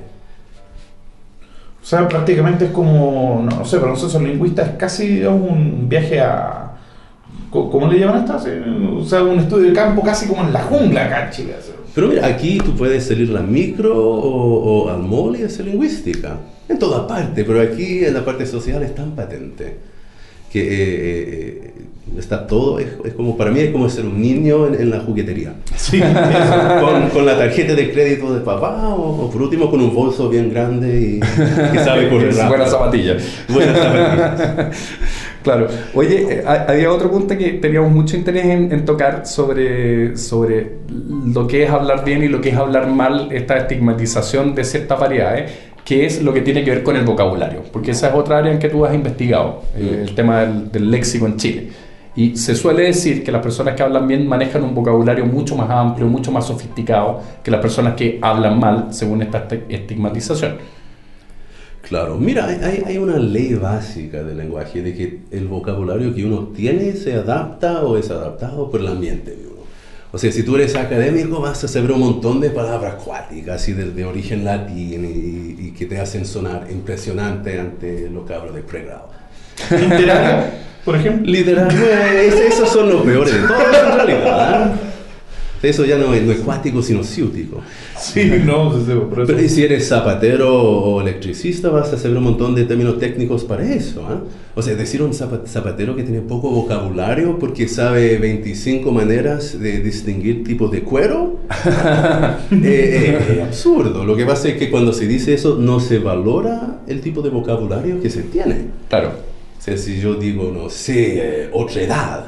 O sea, prácticamente es como, no, no sé, para un sociolingüista es casi un viaje a... ¿Cómo le llaman esto? O sea, un estudio de campo casi como en la jungla acá en Chile. Pero mira, aquí tú puedes salir a la micro o, o al mall y hacer lingüística. En toda parte, pero aquí en la parte social es tan patente que eh, eh, está todo, es, es como, para mí es como ser un niño en, en la juguetería. Sí, con, con la tarjeta de crédito de papá o, o por último con un bolso bien grande y que sabe correr rápido. Buenas zapatillas. Buenas zapatillas. Claro. Oye, había otro punto que teníamos mucho interés en, en tocar sobre, sobre lo que es hablar bien y lo que es hablar mal, esta estigmatización de ciertas variedades, que es lo que tiene que ver con el vocabulario, porque esa es otra área en que tú has investigado, eh, el tema del, del léxico en Chile. Y se suele decir que las personas que hablan bien manejan un vocabulario mucho más amplio, mucho más sofisticado que las personas que hablan mal, según esta estigmatización. Claro, mira, hay, hay una ley básica del lenguaje de que el vocabulario que uno tiene se adapta o es adaptado por el ambiente de uno. O sea, si tú eres académico vas a saber un montón de palabras cuáticas y de, de origen latín y, y que te hacen sonar impresionante ante los cabros de pregrado. ¿Literario, por ejemplo? Literario, esos son los peores de todos en realidad, ¿eh? Eso ya no es, no es cuático, sino ciútico. Sí, no, por eso. Pero y si eres zapatero o electricista, vas a saber un montón de términos técnicos para eso, ¿eh? O sea, decir un zapatero que tiene poco vocabulario porque sabe veinticinco maneras de distinguir tipos de cuero, es eh, eh, absurdo. Lo que pasa es que cuando se dice eso, no se valora el tipo de vocabulario que se tiene. Claro. O sea, si yo digo, no sé, eh, otredad,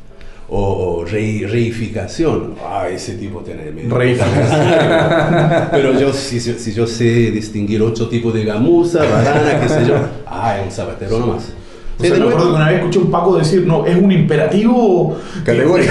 o rei, reificación, ah, ese tipo tiene reificación. Pero yo, si, si yo sé distinguir ocho tipos de gamuza, banana, qué sé yo, ah, es un zapatero nomás. O sea, me acuerdo que una vez escuché un Paco decir, no, es un imperativo categórico.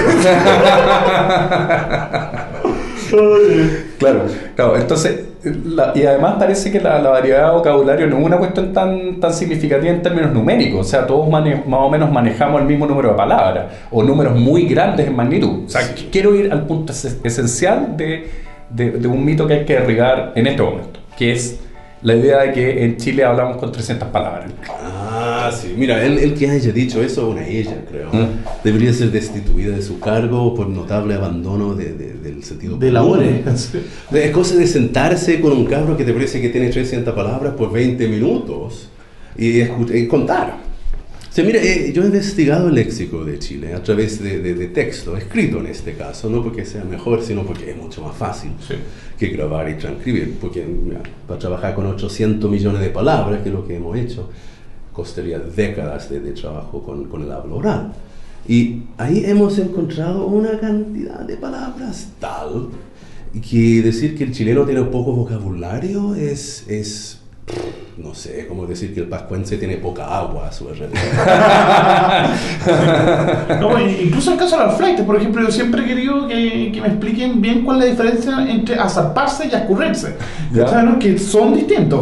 Claro, claro, entonces, la, y además parece que la, la variedad de vocabulario no es una cuestión tan, tan significativa en términos numéricos, o sea, todos mane, más o menos manejamos el mismo número de palabras, o números muy grandes en magnitud. O sea, sí. Quiero ir al punto es, esencial de, de, de un mito que hay que derribar en este momento, que es la idea de que en Chile hablamos con trescientas palabras. Ah, sí. Mira, el, el que haya dicho eso, una ella, creo, ¿Mm? debería ser destituida de su cargo por notable abandono de, de, del sentido de labores. Es cosa de sentarse con un cabro que te parece que tiene trescientas palabras por veinte minutos y, y contar. O sea, mira, eh, yo he investigado el léxico de Chile a través de, de, de texto, escrito en este caso, no porque sea mejor, sino porque es mucho más fácil sí. que grabar y transcribir, porque mira, para trabajar con ochocientos millones de palabras, que es lo que hemos hecho, costaría décadas de, de trabajo con, con el habla oral. Y ahí hemos encontrado una cantidad de palabras tal que decir que el chileno tiene poco vocabulario es... es no sé, como decir que el pascuense tiene poca agua a su alrededor. No, incluso en el caso de los flights, por ejemplo, yo siempre he querido que, que me expliquen bien cuál es la diferencia entre azarparse y escurrirse. O sea, ¿no? Que son distintos.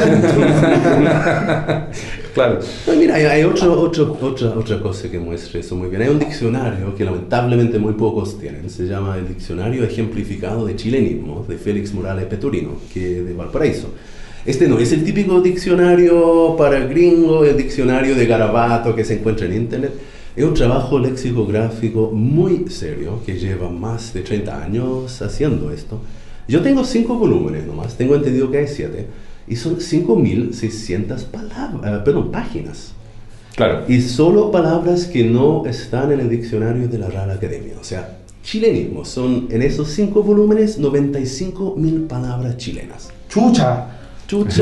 Claro. No, mira, hay, hay otro, otro, otra, otra cosa que muestra eso muy bien. Hay un diccionario que lamentablemente muy pocos tienen. Se llama el Diccionario Ejemplificado de Chilenismo, de Félix Morales Peturino, que es de Valparaíso. Este no es el típico diccionario para gringo, el diccionario de garabato que se encuentra en internet, Es un trabajo lexicográfico muy serio que lleva más de treinta años haciendo esto. Yo tengo cinco volúmenes nomás, tengo entendido que hay siete, y son cinco mil seiscientas palabras, perdón, páginas. Claro. Y solo palabras que no están en el diccionario de la Real Academia. O sea, chilenismo. Son en esos cinco volúmenes noventa y cinco mil palabras chilenas. Chucha. Chucha.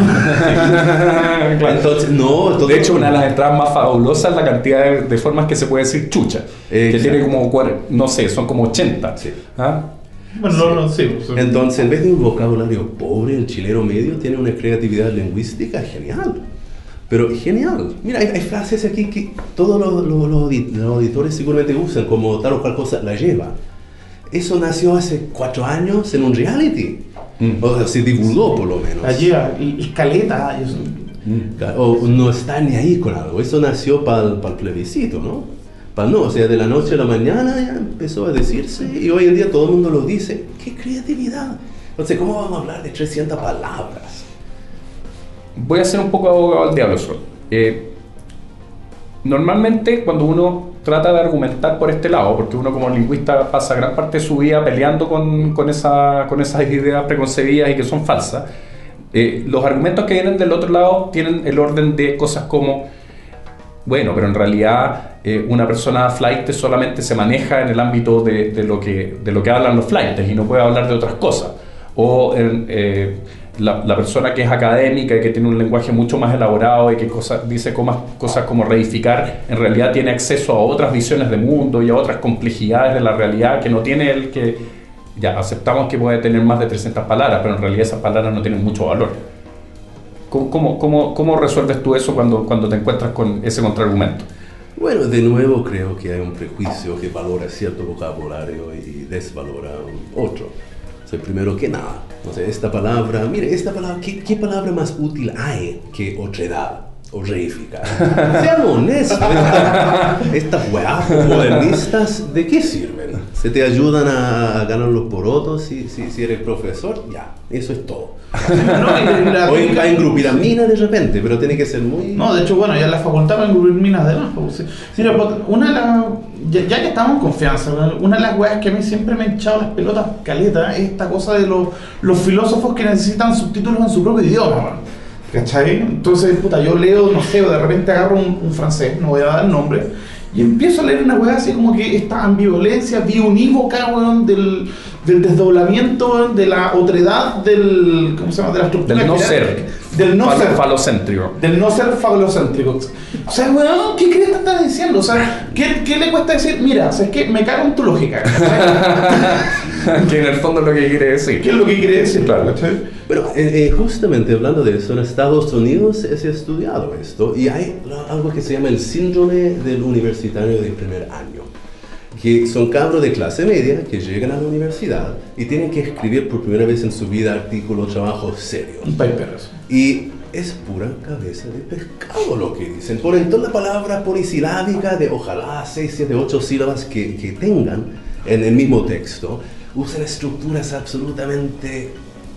Claro. Entonces, no, entonces, de hecho, una de las entradas más fabulosas es la cantidad de, de formas que se puede decir chucha. Exacto. Que tiene como, cuar- no sé, son como ochenta. Sí. ¿Ah? Bueno, no, no, sí. sí. Entonces, en vez de un vocabulario pobre, el chileno medio tiene una creatividad lingüística genial. Pero genial. Mira, hay, hay frases aquí que todos los, los, los audit- los auditores seguramente usan, como tal o cual cosa la lleva. Eso nació hace cuatro años en un reality. Mm. O sea, se divulgó por lo menos. Allí, y, y caleta. y eso. Mm. O no está ni ahí con algo. Eso nació para el plebiscito, ¿no? Para no, o sea, de la noche a la mañana ya empezó a decirse y hoy en día todo el mundo lo dice. ¡Qué creatividad! Entonces, ¿cómo vamos a hablar de trescientas palabras? Voy a ser un poco abogado del diablo solo. Eh, normalmente cuando uno trata de argumentar por este lado, porque uno como lingüista pasa gran parte de su vida peleando con, con, esa, con esas ideas preconcebidas y que son falsas, eh, los argumentos que vienen del otro lado tienen el orden de cosas como, bueno, pero en realidad eh, una persona flight solamente se maneja en el ámbito de, de, lo que, de lo que hablan los flightes y no puede hablar de otras cosas. O eh, la, la persona que es académica y que tiene un lenguaje mucho más elaborado y que cosa, dice cosas, cosas como reificar, en realidad tiene acceso a otras visiones de mundo y a otras complejidades de la realidad que no tiene el que... Ya, aceptamos que puede tener más de trescientas palabras, pero en realidad esas palabras no tienen mucho valor. ¿Cómo, cómo, cómo, cómo resuelves tú eso cuando, cuando te encuentras con ese contraargumento? Bueno, de nuevo creo que hay un prejuicio que valora cierto vocabulario y desvalora otro. O sea, primero que nada, o sea, esta palabra, mire, esta palabra, ¿qué, qué palabra más útil hay que otredad o reificar? Seamos honestos, estas esta weas modernistas, ¿de qué sirven? ¿Se te ayudan a, a ganar los porotos si, si, si eres profesor? Ya, eso es todo. No, y la O en, técnica- a engrupir a minas de repente, pero tiene que ser muy... No, de hecho, bueno, ya en la facultad para engrupir minas de más. Pues, sí. Mira, pues, una de las. Ya, ya que estamos en confianza, ¿verdad? Una de las weas que a mí siempre me ha echado las pelotas caleta es esta cosa de los, los filósofos que necesitan subtítulos en su propio idioma, ¿verdad? ¿Cachai? Entonces, puta, yo leo, no sé, o de repente agarro un, un francés, no voy a dar el nombre, y empiezo a leer una wea así como que esta ambivalencia biunívoca, weón, del, del desdoblamiento, weón, de la otredad, del. ¿Cómo se llama? De la estructura. Del no jerárquica. ser. Del no Falo- ser. falocéntrico. Del no ser falocéntrico. O sea, weón, ¿qué crees que estás diciendo? O sea, ¿qué, ¿qué le cuesta decir? Mira, o sea, es que me cago en tu lógica. ¿Cachai? Que en el fondo es lo que quiere decir. ¿Qué es lo que quiere decir? Claro. ¿Cachai? Pero eh, eh, justamente hablando de eso, en Estados Unidos se, se ha estudiado esto y hay la- algo que se llama el síndrome del universitario de primer año, que son cabros de clase media que llegan a la universidad y tienen que escribir por primera vez en su vida artículos, trabajos serios. Un paper eso. Y es pura cabeza de pescado lo que dicen. Ponen toda la palabra polisilábica de ojalá seis, siete, ocho sílabas que, que tengan en el mismo texto. Usan estructuras absolutamente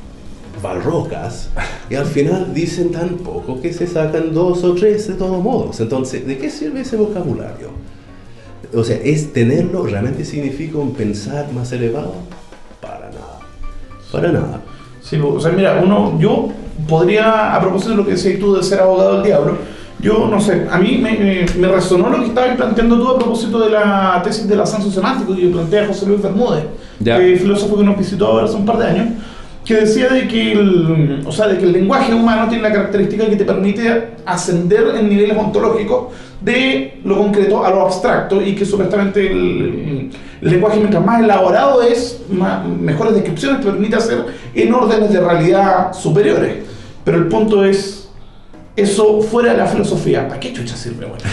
barrocas y al final dicen tan poco que se sacan dos o tres de todos modos. Entonces, ¿de qué sirve ese vocabulario? O sea, ¿es tenerlo realmente significa un pensar más elevado? Para nada. Para nada. Sí, o sea, mira, uno, yo podría, a propósito de lo que decías tú de ser abogado del diablo, yo no sé, a mí me, me, me resonó lo que estabas planteando tú a propósito de la tesis del ascenso semántico que plantea José Luis Bermúdez, Ya. que es filósofo que nos visitó ahora hace un par de años, que decía de que, el, o sea, de que el lenguaje humano tiene la característica que te permite ascender en niveles ontológicos de lo concreto a lo abstracto y que supuestamente el, el lenguaje mientras más elaborado es, más, mejores descripciones te permite hacer en órdenes de realidad superiores. Pero el punto es, eso fuera de la filosofía, ¿para qué chucha sirve? Bueno?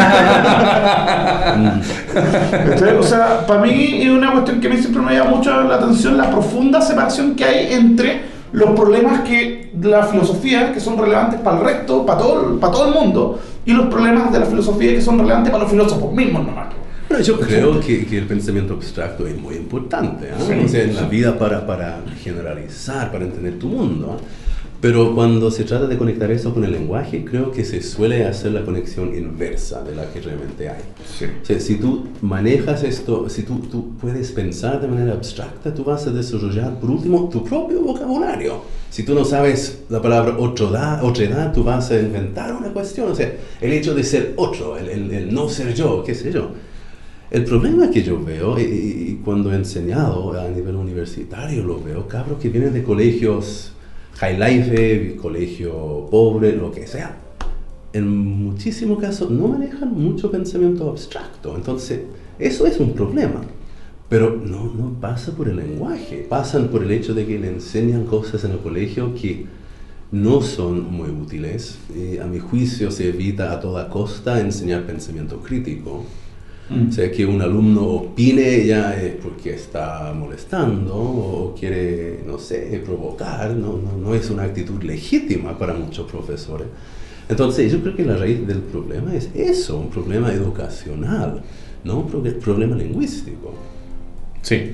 Entonces, o sea, para mí es una cuestión que a mí siempre me llama mucho la atención, la profunda separación que hay entre los problemas que la filosofía, que son relevantes para el resto, para todo, para todo el mundo, y los problemas de la filosofía que son relevantes para los filósofos mismos nomás. Bueno, yo creo que, que el pensamiento abstracto es muy importante, ¿eh? Sí, o sea, en la sí. vida para, para generalizar, para entender tu mundo. ¿eh? Pero cuando se trata de conectar eso con el lenguaje, creo que se suele hacer la conexión inversa de la que realmente hay. Sí. O sea, si tú manejas esto, si tú, tú puedes pensar de manera abstracta, tú vas a desarrollar, por último, tu propio vocabulario. Si tú no sabes la palabra otredad, otredad, tú vas a inventar una cuestión. O sea, el hecho de ser otro, el, el, el no ser yo, qué sé yo. El problema que yo veo, y, y cuando he enseñado a nivel universitario lo veo, cabros que vienen de colegios high life, colegio pobre, lo que sea, en muchísimos casos no manejan mucho pensamiento abstracto. Entonces, eso es un problema. Pero no, no pasa por el lenguaje, pasan por el hecho de que le enseñan cosas en el colegio que no son muy útiles. Y a mi juicio se evita a toda costa enseñar pensamiento crítico. Mm. O sea, que un alumno opine ya es porque está molestando o quiere, no sé, provocar, no, no, no es una actitud legítima para muchos profesores. Entonces, yo creo que la raíz del problema es eso, un problema educacional, no un pro problema lingüístico. Sí.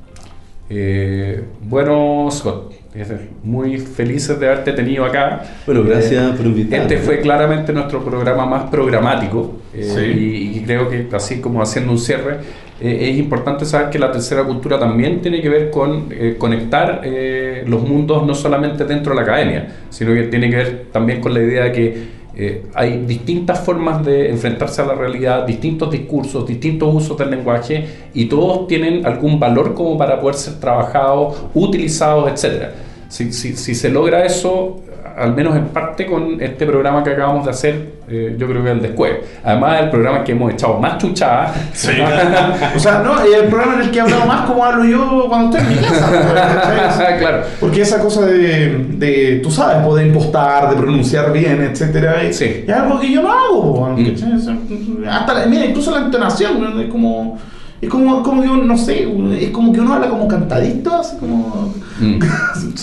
Eh, bueno, Scott, muy felices de haberte tenido acá. Bueno, gracias eh, por invitarme. Este fue claramente nuestro programa más programático eh, sí. y, y creo que así como haciendo un cierre, eh, es importante saber que la tercera cultura también tiene que ver con eh, conectar eh, los mundos no solamente dentro de la academia, sino que tiene que ver también con la idea de que Eh, hay distintas formas de enfrentarse a la realidad, distintos discursos, distintos usos del lenguaje y todos tienen algún valor como para poder ser trabajados, utilizados, etcétera. Si, si, si se logra eso, al menos en parte con este programa que acabamos de hacer, eh, yo creo que es el Descueve. Además, el programa que hemos echado más chuchadas. Sí. O sea, no, el programa en el que he hablado más como hablo yo cuando estoy en mi casa. Claro. Porque esa cosa de, de, tú sabes, poder impostar, de pronunciar bien, etcétera, sí. es algo que yo no hago. Mm. Hasta la, mira, incluso la entonación, es como... Es como, como que uno, no sé, es como que uno habla como cantadito, así como... Mm. Sí.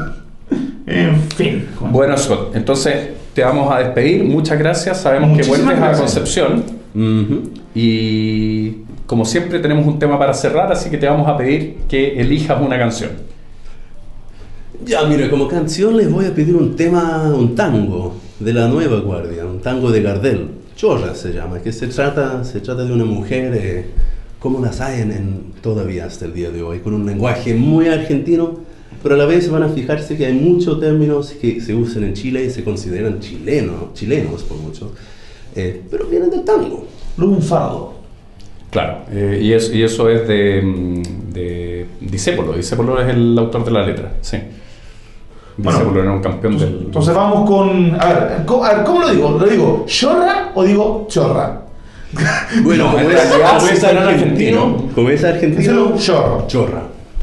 En fin. Bueno, Scott, entonces te vamos a despedir. Muchas gracias. Sabemos Muchísimas que vuelves gracias. a Concepción. Uh-huh. Y como siempre tenemos un tema para cerrar, así que te vamos a pedir que elijas una canción. Ya, mira, como canción les voy a pedir un tema, un tango de la nueva guardia, un tango de Gardel. Chorra se llama, que se trata, se trata de una mujer eh, como las hay en, en, todavía hasta el día de hoy, con un lenguaje muy argentino, pero a la vez van a fijarse que hay muchos términos que se usan en Chile y se consideran chilenos, chilenos por muchos, eh, pero vienen del tango. Lunfardo. Claro, eh, y, es, y eso es de, de Discépolo. Discépolo es el autor de la letra, sí. Discépolo bueno, era un campeón entonces, del... Entonces vamos con... A ver, ¿cómo, a ver, ¿cómo lo digo? ¿Lo digo chorra o digo chorra? Bueno, como es, como es argentino, como es argentino, chorro. Chorra.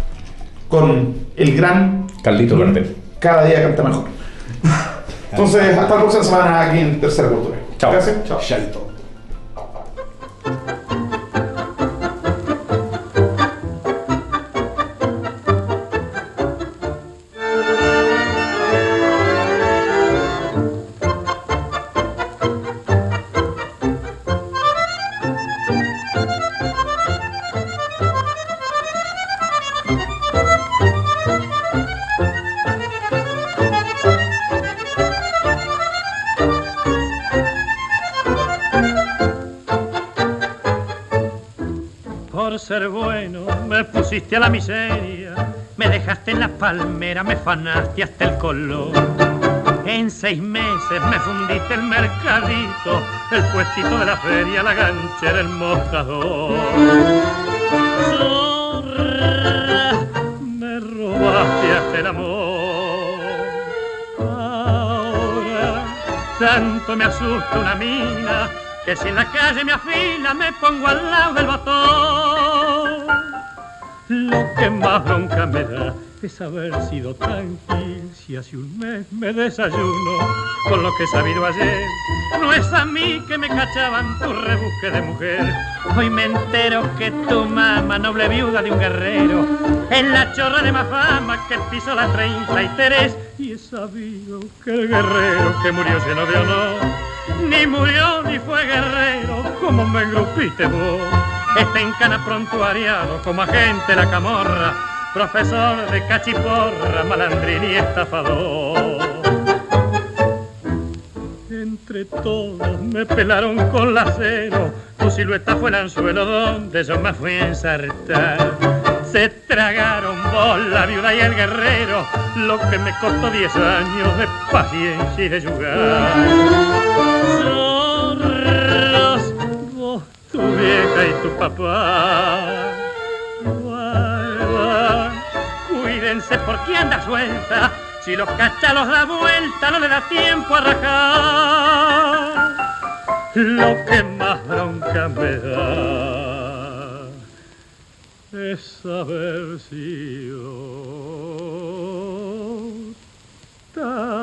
Con el gran Carlito Gardel. Cada día canta mejor. Entonces, hasta la próxima semana aquí en Tercera Cultura. Chao. Gracias. Chao. Chaito. Ser bueno, me pusiste a la miseria, me dejaste en las palmeras, me fanaste hasta el color. En seis meses me fundiste el mercadito, el puestito de la feria, la ganchera, el mostrador. Zorra, me robaste hasta el amor. Ahora tanto me asusta una mina, que si en la calle me afila me pongo al lado del botón. Lo que más bronca me da es haber sido tranquilo. Si hace un mes me desayuno con lo que he sabido ayer. No es a mí que me cachaban tu rebusque de mujer. Hoy me entero que tu mamá, noble viuda de un guerrero, es la chorra de más fama que pisó la treinta y tres. Y he sabido que el guerrero que murió lleno de honor ni murió ni fue guerrero, como me engrupiste vos. Está en cana prontuariado como agente la camorra, profesor de cachiporra, malandrín y estafador. Entre todos me pelaron con la cero, tu silueta fue el anzuelo donde yo me fui a ensartar. Se tragaron vos, la viuda y el guerrero, lo que me costó diez años de paciencia y de yugar. Zorros, vos, tu vieja y tu papá. Guarda, cuídense porque anda suelta. Si los cachalos da vuelta no le da tiempo a rajar. Lo que más bronca me da es haber sido tan